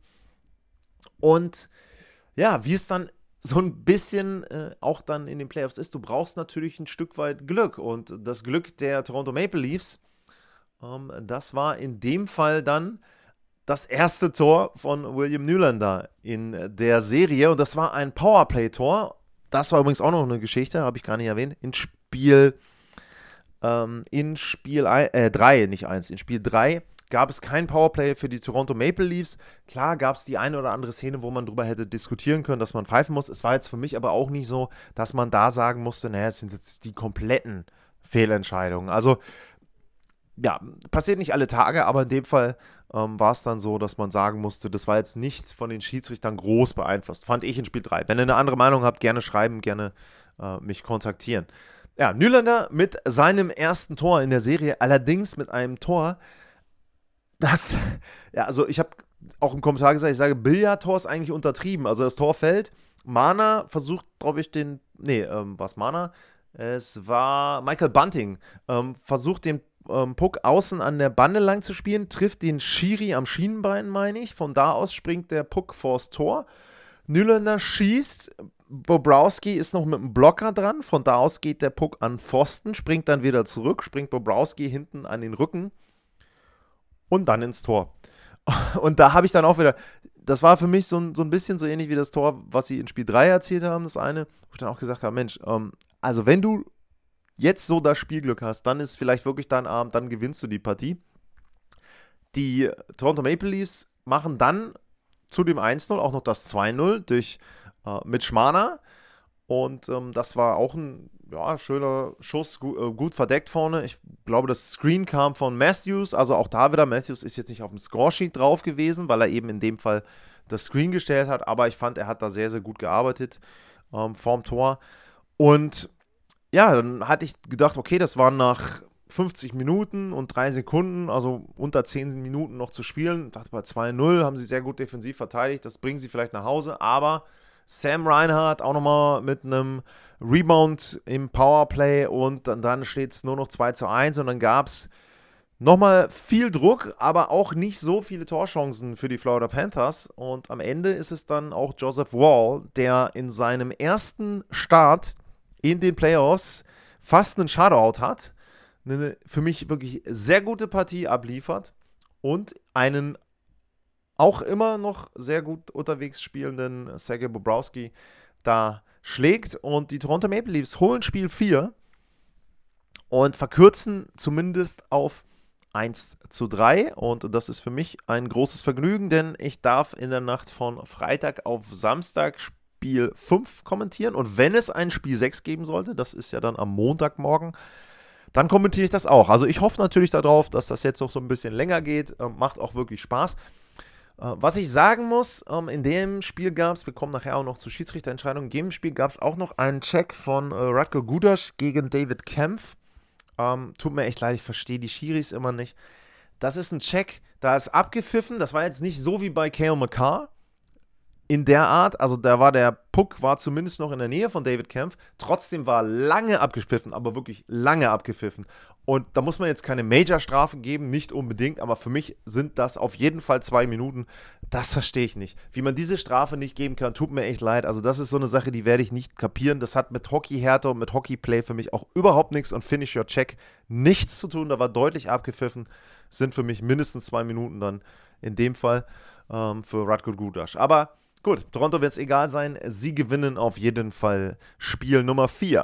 Und ja, wie es dann so ein bisschen äh, auch dann in den Playoffs ist, du brauchst natürlich ein Stück weit Glück. Und das Glück der Toronto Maple Leafs, ähm, das war in dem Fall dann das erste Tor von William Nylander in der Serie. Und das war ein Powerplay-Tor. Das war übrigens auch noch eine Geschichte, habe ich gar nicht erwähnt, in Spiel Ähm, in Spiel drei, äh, nicht eins, in Spiel drei gab es kein Powerplay für die Toronto Maple Leafs. Klar gab es die eine oder andere Szene, wo man drüber hätte diskutieren können, dass man pfeifen muss. Es war jetzt für mich aber auch nicht so, dass man da sagen musste, naja, es sind jetzt die kompletten Fehlentscheidungen. Also, ja, passiert nicht alle Tage, aber in dem Fall ähm, war es dann so, dass man sagen musste, das war jetzt nicht von den Schiedsrichtern groß beeinflusst. Fand ich in Spiel drei. Wenn ihr eine andere Meinung habt, gerne schreiben, gerne äh, mich kontaktieren. Ja, Nylander mit seinem ersten Tor in der Serie, allerdings mit einem Tor, das, ja, also ich habe auch im Kommentar gesagt, ich sage, Billardtor ist eigentlich untertrieben. Also das Tor fällt, Mana versucht, glaube ich, den, nee, ähm, war es Mana? Es war Michael Bunting, ähm, versucht den ähm, Puck außen an der Bande lang zu spielen, trifft den Schiri am Schienenbein, meine ich. Von da aus springt der Puck vors Tor. Nylander schießt, Bobrovsky ist noch mit einem Blocker dran, von da aus geht der Puck an Pfosten, springt dann wieder zurück, springt Bobrovsky hinten an den Rücken und dann ins Tor. Und da habe ich dann auch wieder, das war für mich so ein, so ein bisschen so ähnlich wie das Tor, was sie in Spiel drei erzielt haben, das eine, wo ich dann auch gesagt habe, Mensch, ähm, also wenn du jetzt so das Spielglück hast, dann ist vielleicht wirklich dein Abend, dann gewinnst du die Partie. Die Toronto Maple Leafs machen dann zu dem eins null auch noch das zwei null durch äh, Mitch Marner. Und ähm, das war auch ein ja, schöner Schuss, gu- äh, gut verdeckt vorne. Ich glaube, das Screen kam von Matthews. Also auch da wieder, Matthews ist jetzt nicht auf dem Scoresheet drauf gewesen, weil er eben in dem Fall das Screen gestellt hat. Aber ich fand, er hat da sehr, sehr gut gearbeitet ähm, vorm Tor. Und ja, dann hatte ich gedacht, okay, das waren nach fünfzig Minuten und drei Sekunden, also unter zehn Minuten noch zu spielen. Ich dachte, bei zwei null haben sie sehr gut defensiv verteidigt, das bringen sie vielleicht nach Hause, aber Sam Reinhart auch nochmal mit einem Rebound im Powerplay und dann, dann steht es nur noch zwei zu eins und dann gab es nochmal viel Druck, aber auch nicht so viele Torchancen für die Florida Panthers und am Ende ist es dann auch Joseph Woll, der in seinem ersten Start in den Playoffs fast einen Shutout hat, eine für mich wirklich sehr gute Partie abliefert und einen auch immer noch sehr gut unterwegs spielenden Sergei Bobrovsky da schlägt und die Toronto Maple Leafs holen Spiel vier und verkürzen zumindest auf eins zu drei und das ist für mich ein großes Vergnügen, denn ich darf in der Nacht von Freitag auf Samstag Spiel fünf kommentieren und wenn es ein Spiel sechs geben sollte, das ist ja dann am Montagmorgen, dann kommentiere ich das auch. Also ich hoffe natürlich darauf, dass das jetzt noch so ein bisschen länger geht. Äh, macht auch wirklich Spaß. Was ich sagen muss, in dem Spiel gab es, wir kommen nachher auch noch zur Schiedsrichterentscheidung, in dem Spiel gab es auch noch einen Check von Radko Gudas gegen David Kempf. Ähm, tut mir echt leid, ich verstehe die Schiris immer nicht. Das ist ein Check, da ist abgepfiffen, das war jetzt nicht so wie bei Cale Makar in der Art, also da war der Puck, war zumindest noch in der Nähe von David Kempf, trotzdem war lange abgepfiffen, aber wirklich lange abgepfiffen. Und da muss man jetzt keine Major-Strafe geben, nicht unbedingt, aber für mich sind das auf jeden Fall zwei Minuten. Das verstehe ich nicht. Wie man diese Strafe nicht geben kann, tut mir echt leid. Also das ist so eine Sache, die werde ich nicht kapieren. Das hat mit Hockey-Härte und mit Hockey-Play für mich auch überhaupt nichts und Finish Your Check nichts zu tun. Da war deutlich abgepfiffen. Sind für mich mindestens zwei Minuten dann in dem Fall ähm, für Radko Gudas. Aber gut, Toronto wird es egal sein. Sie gewinnen auf jeden Fall Spiel Nummer vier.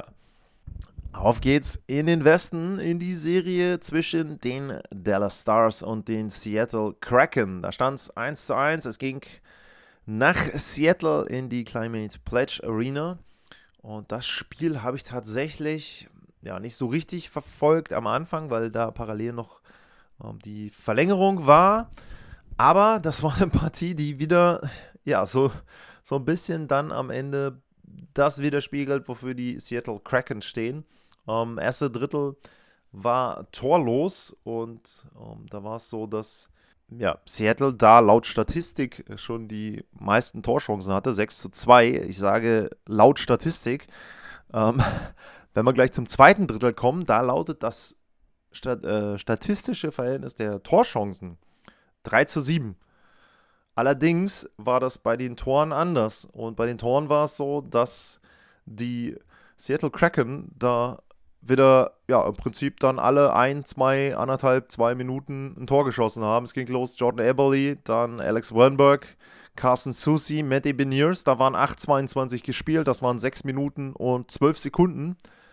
Auf geht's in den Westen, in die Serie zwischen den Dallas Stars und den Seattle Kraken. Da stand es eins zu eins. Es ging nach Seattle in die Climate Pledge Arena. Und das Spiel habe ich tatsächlich ja, nicht so richtig verfolgt am Anfang, weil da parallel noch ähm, die Verlängerung war. Aber das war eine Partie, die wieder ja, so, so ein bisschen dann am Ende das widerspiegelt, wofür die Seattle Kraken stehen. Ähm, erste Drittel war torlos und ähm, da war es so, dass ja, Seattle da laut Statistik schon die meisten Torchancen hatte, sechs zu zwei. Ich sage laut Statistik. Ähm, wenn wir gleich zum zweiten Drittel kommen, da lautet das Stat- äh, statistische Verhältnis der Torchancen drei zu sieben. Allerdings war das bei den Toren anders. Und bei den Toren war es so, dass die Seattle Kraken da wieder, ja, im Prinzip dann alle ein, zwei, anderthalb, zwei Minuten ein Tor geschossen haben. Es ging los, Jordan Eberle, dann Alex Wernberg, Carson Soucy, Matty Beniers. Da waren acht zweiundzwanzig gespielt, das waren sechs Minuten und zwölf Sekunden.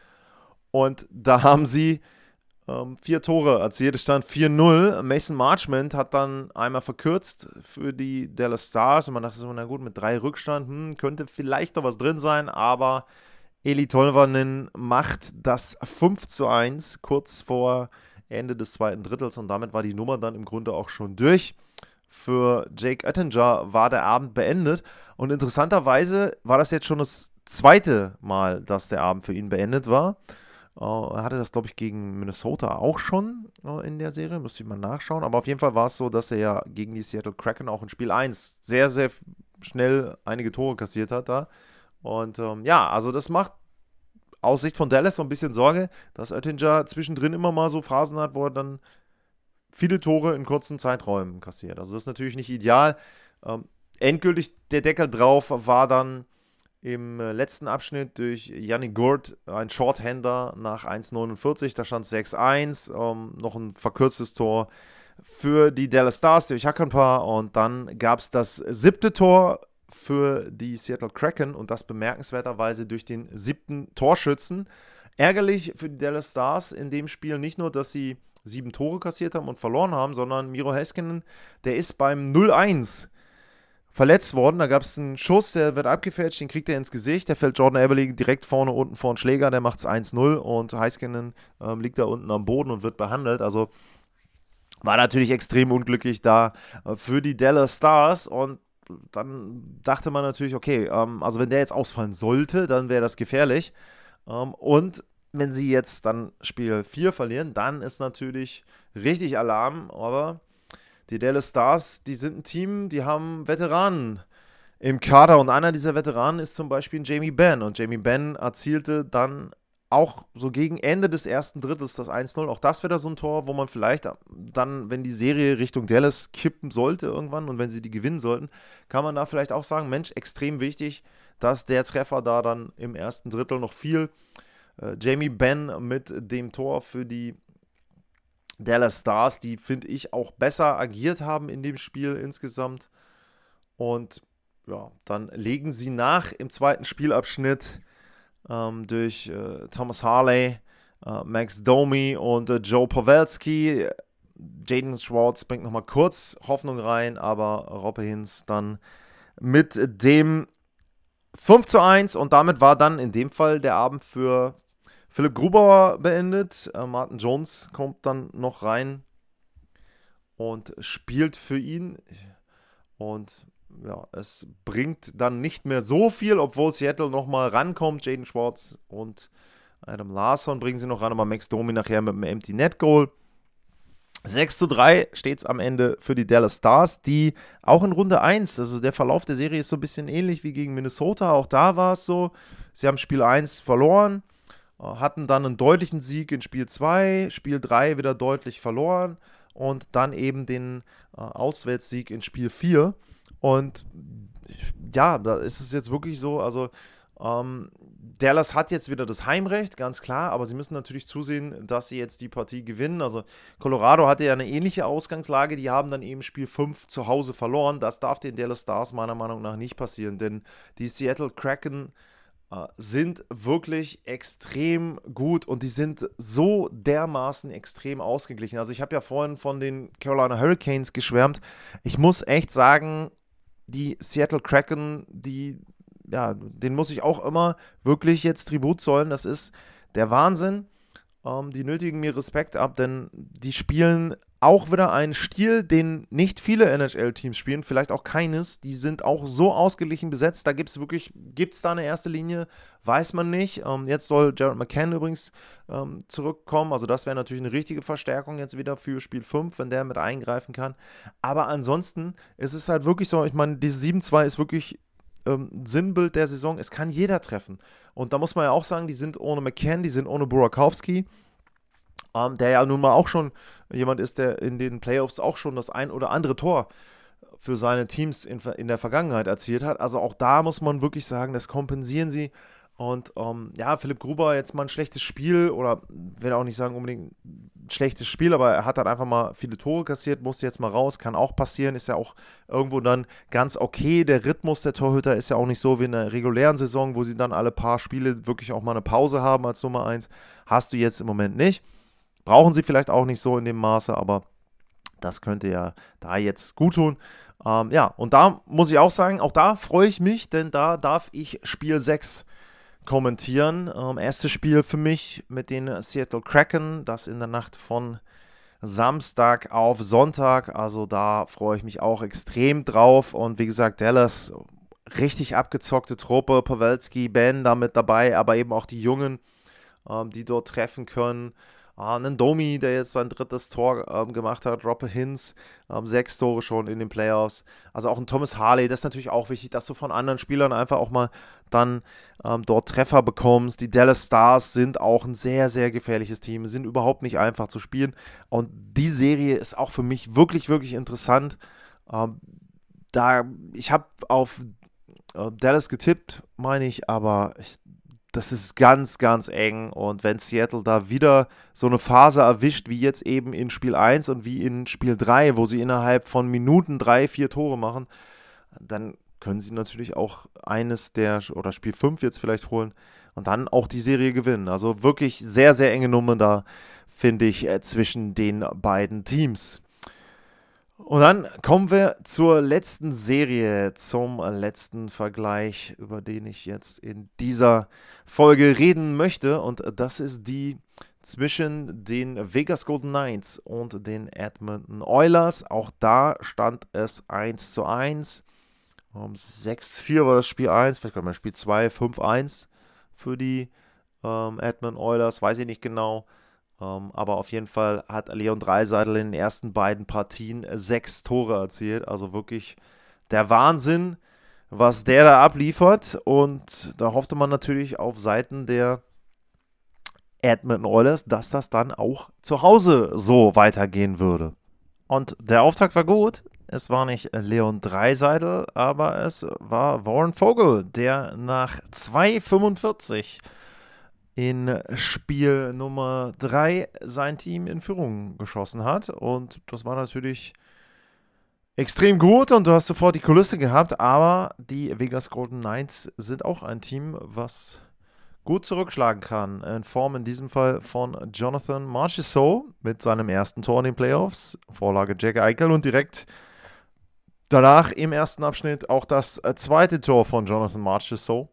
Und da haben sie ähm, vier Tore erzielt. Es stand vier null. Mason Marchment hat dann einmal verkürzt für die Dallas Stars. Und man dachte so, na gut, mit drei Rückstand, hm, könnte vielleicht noch was drin sein, aber Eeli Tolvanen macht das fünf zu eins kurz vor Ende des zweiten Drittels und damit war die Nummer dann im Grunde auch schon durch. Für Jake Oettinger war der Abend beendet und interessanterweise war das jetzt schon das zweite Mal, dass der Abend für ihn beendet war. Er hatte das, glaube ich, gegen Minnesota auch schon in der Serie, müsste ich mal nachschauen, aber auf jeden Fall war es so, dass er ja gegen die Seattle Kraken auch in Spiel eins sehr, sehr schnell einige Tore kassiert hat da. Und ähm, ja, also das macht aus Sicht von Dallas so ein bisschen Sorge, dass Oettinger zwischendrin immer mal so Phasen hat, wo er dann viele Tore in kurzen Zeiträumen kassiert. Also das ist natürlich nicht ideal. Ähm, endgültig der Deckel drauf war dann im letzten Abschnitt durch Yanni Gourde ein Shorthander nach eins neunundvierzig. Da stand sechs eins, ähm, noch ein verkürztes Tor für die Dallas Stars durch Hakanpää und dann gab es das siebte Tor für die Seattle Kraken und das bemerkenswerterweise durch den siebten Torschützen. Ärgerlich für die Dallas Stars in dem Spiel nicht nur, dass sie sieben Tore kassiert haben und verloren haben, sondern Miro Heiskanen, der ist beim null eins verletzt worden. Da gab es einen Schuss, der wird abgefälscht, den kriegt er ins Gesicht, der fällt Jordan Eberle direkt vorne unten vor den Schläger, der macht es eins null und Heiskanen ähm, liegt da unten am Boden und wird behandelt. Also war natürlich extrem unglücklich da äh, für die Dallas Stars und dann dachte man natürlich, okay, ähm, also wenn der jetzt ausfallen sollte, dann wäre das gefährlich. Ähm, und wenn sie jetzt dann Spiel vier verlieren, dann ist natürlich richtig Alarm. Aber die Dallas Stars, die sind ein Team, die haben Veteranen im Kader. Und einer dieser Veteranen ist zum Beispiel Jamie Benn. Und Jamie Benn erzielte dann auch so gegen Ende des ersten Drittels das eins null. Auch das wäre so ein Tor, wo man vielleicht dann, wenn die Serie Richtung Dallas kippen sollte irgendwann und wenn sie die gewinnen sollten, kann man da vielleicht auch sagen, Mensch, extrem wichtig, dass der Treffer da dann im ersten Drittel noch fiel. Äh, Jamie Benn mit dem Tor für die Dallas Stars, die, finde ich, auch besser agiert haben in dem Spiel insgesamt. Und ja, dann legen sie nach im zweiten Spielabschnitt Ähm, durch äh, Thomas Harley, äh, Max Domi und äh, Joe Pavelski. Jaden Schwartz bringt nochmal kurz Hoffnung rein, aber Roope Hintz dann mit dem fünf zu eins und damit war dann in dem Fall der Abend für Philipp Grubauer beendet. Äh, Martin Jones kommt dann noch rein und spielt für ihn. Und ja, es bringt dann nicht mehr so viel, obwohl Seattle nochmal rankommt. Jaden Schwartz und Adam Larsson bringen sie noch ran, aber Max Domi nachher mit einem Empty Net Goal. sechs zu drei steht es am Ende für die Dallas Stars, die auch in Runde eins, also der Verlauf der Serie ist so ein bisschen ähnlich wie gegen Minnesota, auch da war es so, sie haben Spiel eins verloren, hatten dann einen deutlichen Sieg in Spiel zwei, Spiel drei wieder deutlich verloren und dann eben den äh, Auswärtssieg in Spiel vier. Und ja, da ist es jetzt wirklich so, also ähm, Dallas hat jetzt wieder das Heimrecht, ganz klar, aber sie müssen natürlich zusehen, dass sie jetzt die Partie gewinnen. Also Colorado hatte ja eine ähnliche Ausgangslage, die haben dann eben Spiel fünf zu Hause verloren. Das darf den Dallas Stars meiner Meinung nach nicht passieren, denn die Seattle Kraken äh, sind wirklich extrem gut und die sind so dermaßen extrem ausgeglichen. Also ich habe ja vorhin von den Carolina Hurricanes geschwärmt. Ich muss echt sagen, die Seattle Kraken, die, ja, denen muss ich auch immer wirklich jetzt Tribut zollen. Das ist der Wahnsinn. Ähm, die nötigen mir Respekt ab, denn die spielen auch wieder einen Stil, den nicht viele N H L-Teams spielen, vielleicht auch keines. Die sind auch so ausgeglichen besetzt. Da gibt es wirklich, gibt es da eine erste Linie? Weiß man nicht. Ähm, jetzt soll Jared McCann übrigens ähm, zurückkommen. Also das wäre natürlich eine richtige Verstärkung jetzt wieder für Spiel fünf, wenn der mit eingreifen kann. Aber ansonsten ist es halt wirklich so, ich meine, diese sieben zwei ist wirklich ähm, Sinnbild der Saison. Es kann jeder treffen. Und da muss man ja auch sagen, die sind ohne McCann, die sind ohne Burakovsky. Um, der ja nun mal auch schon jemand ist, der in den Playoffs auch schon das ein oder andere Tor für seine Teams in, in der Vergangenheit erzielt hat. Also auch da muss man wirklich sagen, das kompensieren sie. Und um, ja, Philipp Gruber jetzt mal ein schlechtes Spiel oder will auch nicht sagen unbedingt ein schlechtes Spiel, aber er hat dann einfach mal viele Tore kassiert, musste jetzt mal raus, kann auch passieren, ist ja auch irgendwo dann ganz okay. Der Rhythmus der Torhüter ist ja auch nicht so wie in der regulären Saison, wo sie dann alle paar Spiele wirklich auch mal eine Pause haben als Nummer eins. Hast du jetzt im Moment nicht. Brauchen sie vielleicht auch nicht so in dem Maße, aber das könnte ja da jetzt gut tun. Ähm, ja, und da muss ich auch sagen, auch da freue ich mich, denn da darf ich Spiel sechs kommentieren. Ähm, erstes Spiel für mich mit den Seattle Kraken, das in der Nacht von Samstag auf Sonntag. Also da freue ich mich auch extrem drauf. Und wie gesagt, Dallas, richtig abgezockte Truppe, Pavelski, Ben da mit dabei, aber eben auch die Jungen, ähm, die dort treffen können. Uh, einen Domi, der jetzt sein drittes Tor ähm, gemacht hat, Roppe Hintz, ähm, sechs Tore schon in den Playoffs. Also auch ein Thomas Harley, das ist natürlich auch wichtig, dass du von anderen Spielern einfach auch mal dann ähm, dort Treffer bekommst. Die Dallas Stars sind auch ein sehr, sehr gefährliches Team, sind überhaupt nicht einfach zu spielen. Und die Serie ist auch für mich wirklich, wirklich interessant. Ähm, da, ich habe auf äh, Dallas getippt, meine ich, aber ich das ist ganz, ganz eng und wenn Seattle da wieder so eine Phase erwischt, wie jetzt eben in Spiel eins und wie in Spiel drei, wo sie innerhalb von Minuten drei, vier Tore machen, dann können sie natürlich auch eines der, oder Spiel fünf jetzt vielleicht holen und dann auch die Serie gewinnen. Also wirklich sehr, sehr enge Nummer da, finde ich, äh, zwischen den beiden Teams. Und dann kommen wir zur letzten Serie, zum letzten Vergleich, über den ich jetzt in dieser Folge reden möchte. Und das ist die zwischen den Vegas Golden Knights und den Edmonton Oilers. Auch da stand es eins zu eins. Um, sechs vier war das Spiel eins, vielleicht kommt mal Spiel zwei, fünf eins für die ähm, Edmonton Oilers, weiß ich nicht genau. Um, aber auf jeden Fall hat Leon Draisaitl in den ersten beiden Partien sechs Tore erzielt. Also wirklich der Wahnsinn, was der da abliefert. Und da hoffte man natürlich auf Seiten der Edmonton Oilers, dass das dann auch zu Hause so weitergehen würde. Und der Auftakt war gut. Es war nicht Leon Draisaitl, aber es war Warren Foegele, der nach zwei fünfundvierzig in Spiel Nummer drei sein Team in Führung geschossen hat. Und das war natürlich extrem gut und du hast sofort die Kulisse gehabt, aber die Vegas Golden Knights sind auch ein Team, was gut zurückschlagen kann. In Form in diesem Fall von Jonathan Marchessault mit seinem ersten Tor in den Playoffs. Vorlage Jack Eichel und direkt danach im ersten Abschnitt auch das zweite Tor von Jonathan Marchessault.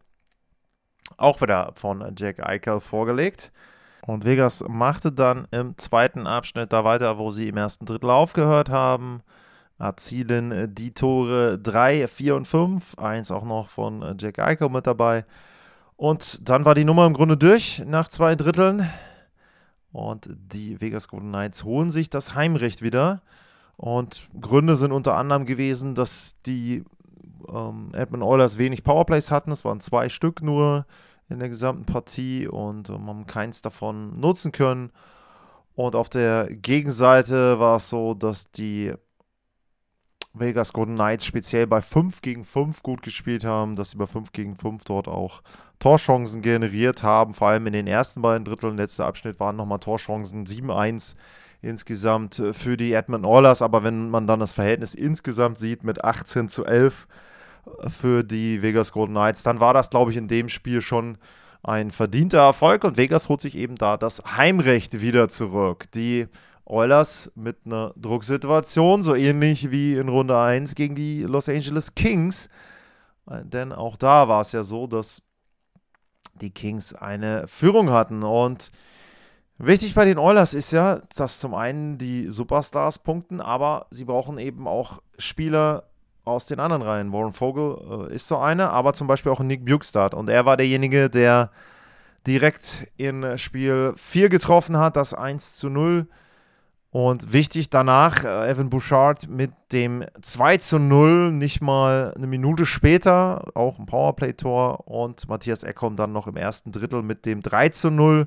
Auch wieder von Jack Eichel vorgelegt. Und Vegas machte dann im zweiten Abschnitt da weiter, wo sie im ersten Drittel aufgehört haben. erzielen die Tore drei, vier und fünf. Eins auch noch von Jack Eichel mit dabei. Und dann war die Nummer im Grunde durch nach zwei Dritteln. Und die Vegas Golden Knights holen sich das Heimrecht wieder. Und Gründe sind unter anderem gewesen, dass die ähm, Edmonton Oilers wenig Powerplays hatten. Es waren zwei Stück nur in der gesamten Partie und ähm, haben keins davon nutzen können. Und auf der Gegenseite war es so, dass die Vegas Golden Knights speziell bei fünf gegen fünf gut gespielt haben, dass sie bei fünf gegen fünf dort auch Torchancen generiert haben, vor allem in den ersten beiden Dritteln. Letzter Abschnitt waren nochmal Torchancen, sieben eins insgesamt für die Edmonton Oilers, aber wenn man dann das Verhältnis insgesamt sieht mit achtzehn zu elf für die Vegas Golden Knights, dann war das, glaube ich, in dem Spiel schon ein verdienter Erfolg und Vegas holt sich eben da das Heimrecht wieder zurück. Die Oilers mit einer Drucksituation, so ähnlich wie in Runde eins gegen die Los Angeles Kings, denn auch da war es ja so, dass die Kings eine Führung hatten und wichtig bei den Oilers ist ja, dass zum einen die Superstars punkten, aber sie brauchen eben auch Spieler aus den anderen Reihen. Warren Vogel äh, ist so einer, aber zum Beispiel auch Nick Bjugstad und er war derjenige, der direkt in Spiel vier getroffen hat, das eins zu null. Und wichtig danach, äh, Evan Bouchard mit dem zwei zu null, nicht mal eine Minute später, auch ein Powerplay-Tor. Und Mattias Ekholm dann noch im ersten Drittel mit dem drei zu null.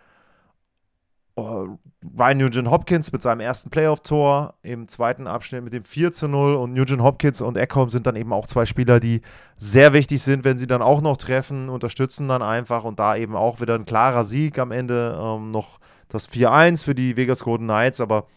Uh, Ryan Nugent-Hopkins mit seinem ersten Playoff-Tor, im zweiten Abschnitt mit dem vier zu null. Und Nugent-Hopkins und Ekholm sind dann eben auch zwei Spieler, die sehr wichtig sind, wenn sie dann auch noch treffen, unterstützen dann einfach. Und da eben auch wieder ein klarer Sieg am Ende, ähm, noch das vier eins für die Vegas Golden Knights, aber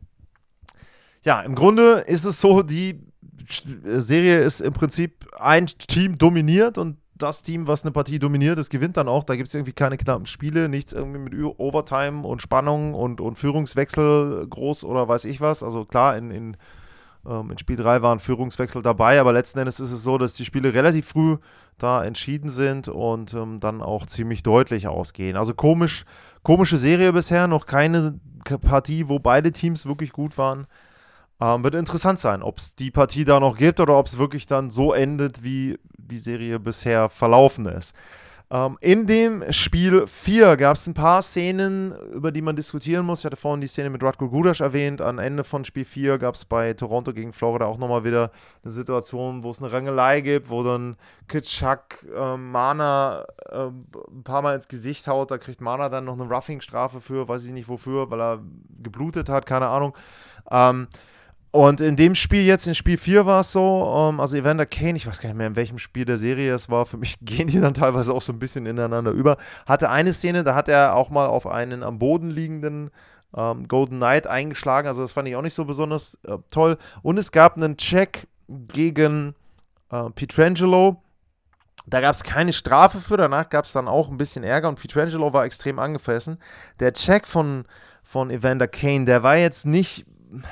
ja, im Grunde ist es so, die Serie ist im Prinzip ein Team dominiert und das Team, was eine Partie dominiert, das gewinnt dann auch. Da gibt es irgendwie keine knappen Spiele, nichts irgendwie mit Overtime und Spannung und, und Führungswechsel groß oder weiß ich was. Also klar, in, in, ähm, in Spiel drei waren Führungswechsel dabei, aber letzten Endes ist es so, dass die Spiele relativ früh da entschieden sind und ähm, dann auch ziemlich deutlich ausgehen. Also komisch, komische Serie bisher, noch keine Partie, wo beide Teams wirklich gut waren. Ähm, wird interessant sein, ob es die Partie da noch gibt oder ob es wirklich dann so endet, wie die Serie bisher verlaufen ist. Ähm, in dem Spiel vier gab es ein paar Szenen, über die man diskutieren muss. Ich hatte vorhin die Szene mit Radko Gudas erwähnt. Am Ende von Spiel vier gab es bei Toronto gegen Florida auch nochmal wieder eine Situation, wo es eine Rangelei gibt, wo dann Tkachuk äh, Mana äh, ein paar Mal ins Gesicht haut. Da kriegt Mana dann noch eine Roughing-Strafe für, weiß ich nicht wofür, weil er geblutet hat, keine Ahnung. Ähm, Und in dem Spiel jetzt, in Spiel vier war es so, um, also Evander Kane, ich weiß gar nicht mehr, in welchem Spiel der Serie es war, für mich gehen die dann teilweise auch so ein bisschen ineinander über, hatte eine Szene, da hat er auch mal auf einen am Boden liegenden ähm, Golden Knight eingeschlagen, also das fand ich auch nicht so besonders äh, toll. Und es gab einen Check gegen äh, Pietrangelo, da gab es keine Strafe für, danach gab es dann auch ein bisschen Ärger und Pietrangelo war extrem angefressen. Der Check von, von Evander Kane, der war jetzt nicht...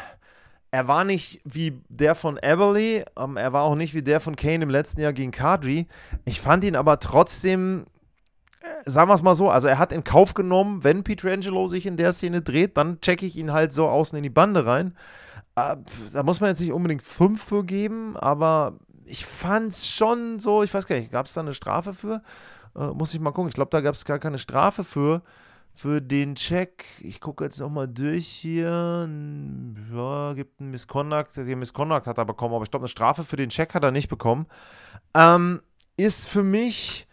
Er war nicht wie der von Eberle, ähm, er war auch nicht wie der von Kane im letzten Jahr gegen Kadri. Ich fand ihn aber trotzdem, äh, sagen wir es mal so, also er hat in Kauf genommen, wenn Pietrangelo sich in der Szene dreht, dann checke ich ihn halt so außen in die Bande rein. Äh, da muss man jetzt nicht unbedingt fünf für geben, aber ich fand es schon so, ich weiß gar nicht, gab es da eine Strafe für? Äh, muss ich mal gucken, ich glaube, da gab es gar keine Strafe für. Für den Check, ich gucke jetzt nochmal durch hier, ja, gibt einen Misconduct, der Misconduct hat er bekommen, aber ich glaube, eine Strafe für den Check hat er nicht bekommen. Ähm, ist für mich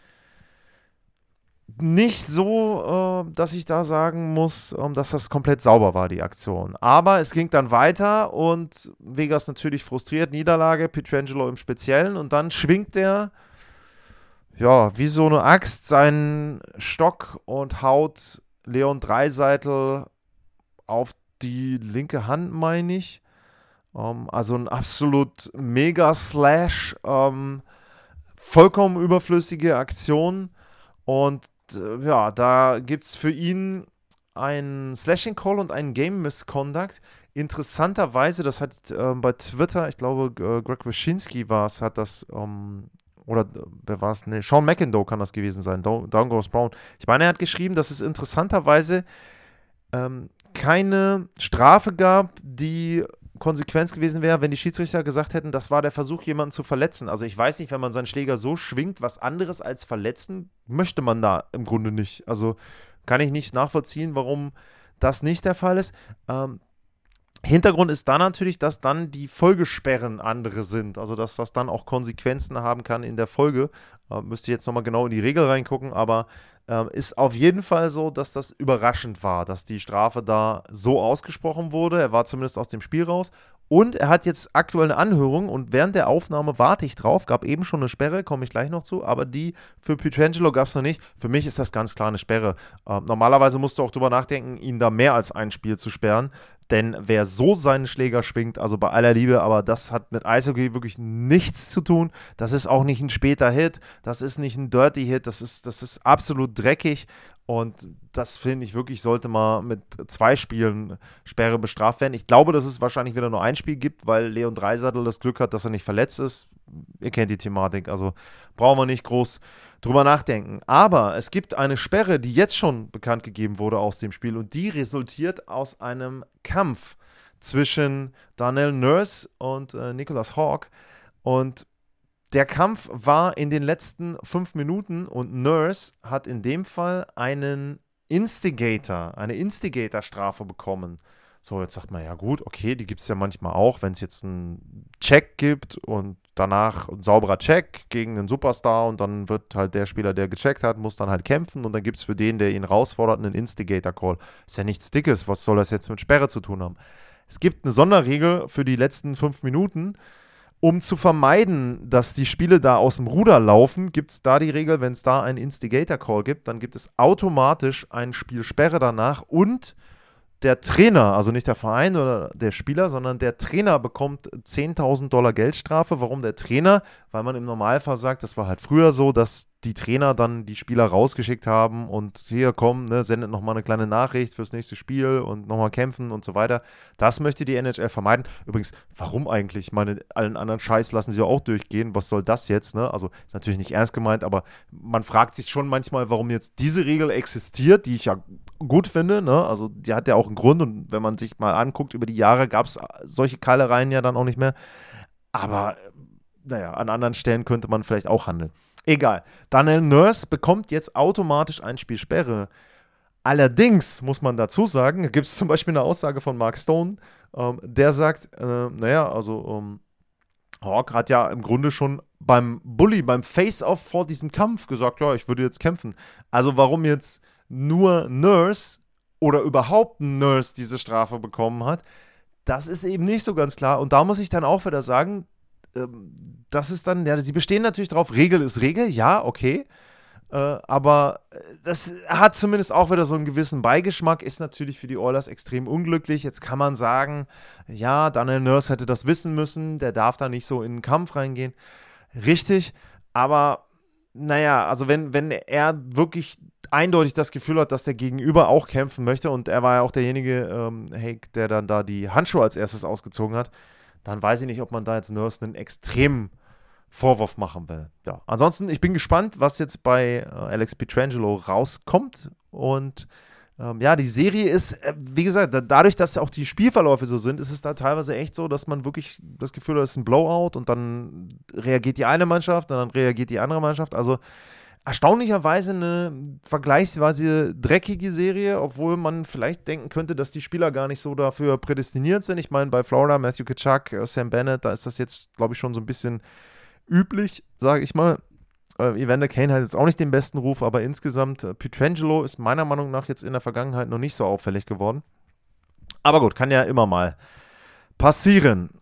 nicht so, äh, dass ich da sagen muss, ähm, dass das komplett sauber war, die Aktion. Aber es ging dann weiter und Vegas natürlich frustriert, Niederlage, Pietrangelo im Speziellen und dann schwingt er ja, wie so eine Axt seinen Stock und haut Leon Draisaitl auf die linke Hand, meine ich. Um, also ein absolut Mega-Slash. Um, vollkommen überflüssige Aktion. Und äh, ja, da gibt es für ihn einen Slashing-Call und einen Game-Misconduct. Interessanterweise, das hat äh, bei Twitter, ich glaube, äh, Greg Wyshynski war es, hat das... Um, Oder wer war es? Ne, Sean McIndoe kann das gewesen sein. Down, Down Goes Brown. Ich meine, er hat geschrieben, dass es interessanterweise ähm, keine Strafe gab, die Konsequenz gewesen wäre, wenn die Schiedsrichter gesagt hätten, das war der Versuch, jemanden zu verletzen. Also ich weiß nicht, wenn man seinen Schläger so schwingt, was anderes als verletzen, möchte man da im Grunde nicht. Also kann ich nicht nachvollziehen, warum das nicht der Fall ist. Ähm, Hintergrund ist dann natürlich, dass dann die Folgesperren andere sind, also dass das dann auch Konsequenzen haben kann in der Folge. Äh, müsste ich jetzt nochmal genau in die Regel reingucken, aber äh, ist auf jeden Fall so, dass das überraschend war, dass die Strafe da so ausgesprochen wurde. Er war zumindest aus dem Spiel raus und er hat jetzt aktuell eine Anhörung und während der Aufnahme warte ich drauf, gab eben schon eine Sperre, komme ich gleich noch zu, aber die für Pietrangelo gab es noch nicht. Für mich ist das ganz klar eine Sperre. Äh, normalerweise musst du auch drüber nachdenken, ihn da mehr als ein Spiel zu sperren. Denn wer so seinen Schläger schwingt, also bei aller Liebe, aber das hat mit Eishockey wirklich nichts zu tun. Das ist auch nicht ein später Hit, das ist nicht ein Dirty Hit, das ist, das ist absolut dreckig. Und das finde ich wirklich, sollte mal mit zwei Spielen Sperre bestraft werden. Ich glaube, dass es wahrscheinlich wieder nur ein Spiel gibt, weil Leon Draisaitl das Glück hat, dass er nicht verletzt ist. Ihr kennt die Thematik, also brauchen wir nicht groß drüber nachdenken. Aber es gibt eine Sperre, die jetzt schon bekannt gegeben wurde aus dem Spiel und die resultiert aus einem Kampf zwischen Darnell Nurse und äh, Nicholas Hawk. Und der Kampf war in den letzten fünf Minuten und Nurse hat in dem Fall einen Instigator, eine Instigator-Strafe bekommen. So, jetzt sagt man, ja gut, okay, die gibt es ja manchmal auch, wenn es jetzt einen Check gibt und danach ein sauberer Check gegen einen Superstar und dann wird halt der Spieler, der gecheckt hat, muss dann halt kämpfen und dann gibt es für den, der ihn herausfordert, einen Instigator-Call. Ist ja nichts Dickes, was soll das jetzt mit Sperre zu tun haben? Es gibt eine Sonderregel für die letzten fünf Minuten. Um zu vermeiden, dass die Spiele da aus dem Ruder laufen, gibt es da die Regel, wenn es da einen Instigator-Call gibt, dann gibt es automatisch ein Spielsperre danach und der Trainer, also nicht der Verein oder der Spieler, sondern der Trainer bekommt zehntausend Dollar Geldstrafe. Warum der Trainer? Weil man im Normalfall sagt, das war halt früher so, dass die Trainer dann die Spieler rausgeschickt haben und hier, komm, ne, sendet nochmal eine kleine Nachricht fürs nächste Spiel und nochmal kämpfen und so weiter. Das möchte die N H L vermeiden. Übrigens, warum eigentlich? Ich meine, allen anderen Scheiß lassen sie auch durchgehen. Was soll das jetzt? Ne? Also, ist natürlich nicht ernst gemeint, aber man fragt sich schon manchmal, warum jetzt diese Regel existiert, die ich ja gut finde. Ne? Also, die hat ja auch einen Grund und wenn man sich mal anguckt, über die Jahre gab es solche Keilereien ja dann auch nicht mehr. Aber, naja, an anderen Stellen könnte man vielleicht auch handeln. Egal. Darnell Nurse bekommt jetzt automatisch ein Spielsperre. Allerdings muss man dazu sagen, gibt es zum Beispiel eine Aussage von Mark Stone, ähm, der sagt, äh, naja, also ähm, Hawk hat ja im Grunde schon beim Bully, beim Face-Off vor diesem Kampf gesagt, ja, ich würde jetzt kämpfen. Also warum jetzt nur Nurse oder überhaupt Nurse diese Strafe bekommen hat, das ist eben nicht so ganz klar. Und da muss ich dann auch wieder sagen, das ist dann, ja, sie bestehen natürlich drauf, Regel ist Regel, ja, okay, äh, aber das hat zumindest auch wieder so einen gewissen Beigeschmack, ist natürlich für die Oilers extrem unglücklich. Jetzt kann man sagen, ja, Darnell Nurse hätte das wissen müssen, der darf da nicht so in den Kampf reingehen. Richtig, aber naja, also wenn, wenn er wirklich eindeutig das Gefühl hat, dass der Gegenüber auch kämpfen möchte und er war ja auch derjenige, ähm, hey, der dann da die Handschuhe als erstes ausgezogen hat, dann weiß ich nicht, ob man da jetzt Nurse einen extremen Vorwurf machen will. Ja, ansonsten, ich bin gespannt, was jetzt bei äh, Alex Pietrangelo rauskommt. Und ähm, ja, die Serie ist, äh, wie gesagt, da, dadurch, dass auch die Spielverläufe so sind, ist es da teilweise echt so, dass man wirklich das Gefühl hat, es ist ein Blowout und dann reagiert die eine Mannschaft und dann reagiert die andere Mannschaft. Also erstaunlicherweise eine vergleichsweise dreckige Serie, obwohl man vielleicht denken könnte, dass die Spieler gar nicht so dafür prädestiniert sind. Ich meine, bei Florida, Matthew Tkachuk, Sam Bennett, da ist das jetzt, glaube ich, schon so ein bisschen üblich, sage ich mal. Äh, Evander Kane hat jetzt auch nicht den besten Ruf, aber insgesamt, äh, Pietrangelo ist meiner Meinung nach jetzt in der Vergangenheit noch nicht so auffällig geworden. Aber gut, kann ja immer mal passieren.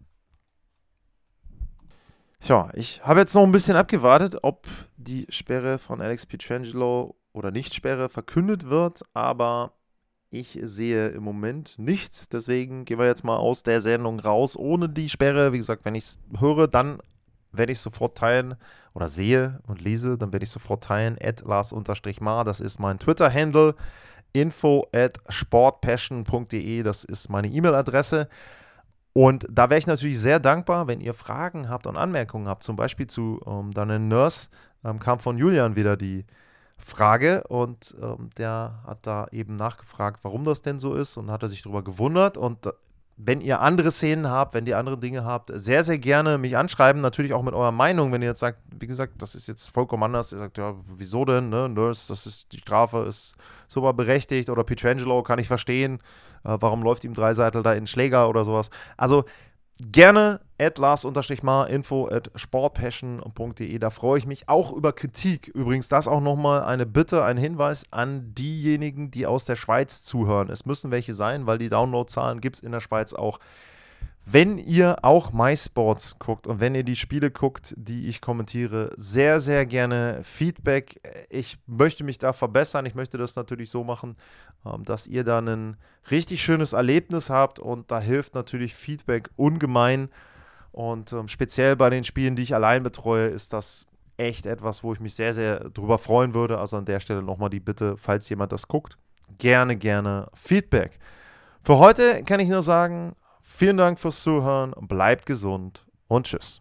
Tja, ich habe jetzt noch ein bisschen abgewartet, ob die Sperre von Alex Pietrangelo oder Nicht-Sperre verkündet wird, aber ich sehe im Moment nichts. Deswegen gehen wir jetzt mal aus der Sendung raus ohne die Sperre. Wie gesagt, wenn ich es höre, dann werde ich sofort teilen oder sehe und lese, dann werde ich sofort teilen. at Lars-Mar, das ist mein Twitter-Handle. info at sportpassion punkt de, das ist meine E-Mail-Adresse. Und da wäre ich natürlich sehr dankbar, wenn ihr Fragen habt und Anmerkungen habt, zum Beispiel zu ähm, Darnell Nurse, ähm, kam von Julian wieder die Frage und ähm, der hat da eben nachgefragt, warum das denn so ist und hat er sich darüber gewundert und wenn ihr andere Szenen habt, wenn ihr andere Dinge habt, sehr, sehr gerne mich anschreiben. Natürlich auch mit eurer Meinung, wenn ihr jetzt sagt, wie gesagt, das ist jetzt vollkommen anders. Ihr sagt, ja, wieso denn? Ne? Nurse, das ist, die Strafe ist super berechtigt. Oder Pietrangelo, kann ich verstehen. Äh, warum läuft ihm Dreiseitel da in den Schläger oder sowas? Also gerne at Lars-Mar, info at sportpassion punkt de. Da freue ich mich auch über Kritik. Übrigens, das auch nochmal eine Bitte, ein Hinweis an diejenigen, die aus der Schweiz zuhören. Es müssen welche sein, weil die Downloadzahlen gibt es in der Schweiz auch. Wenn ihr auch MySports guckt und wenn ihr die Spiele guckt, die ich kommentiere, sehr, sehr gerne Feedback. Ich möchte mich da verbessern. Ich möchte das natürlich so machen, dass ihr da ein richtig schönes Erlebnis habt und da hilft natürlich Feedback ungemein. Und ähm, speziell bei den Spielen, die ich allein betreue, ist das echt etwas, wo ich mich sehr, sehr drüber freuen würde. Also an der Stelle nochmal die Bitte, falls jemand das guckt, gerne, gerne Feedback. Für heute kann ich nur sagen, vielen Dank fürs Zuhören, bleibt gesund und tschüss.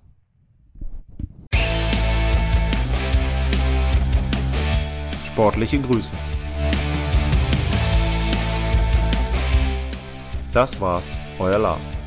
Sportliche Grüße. Das war's, euer Lars.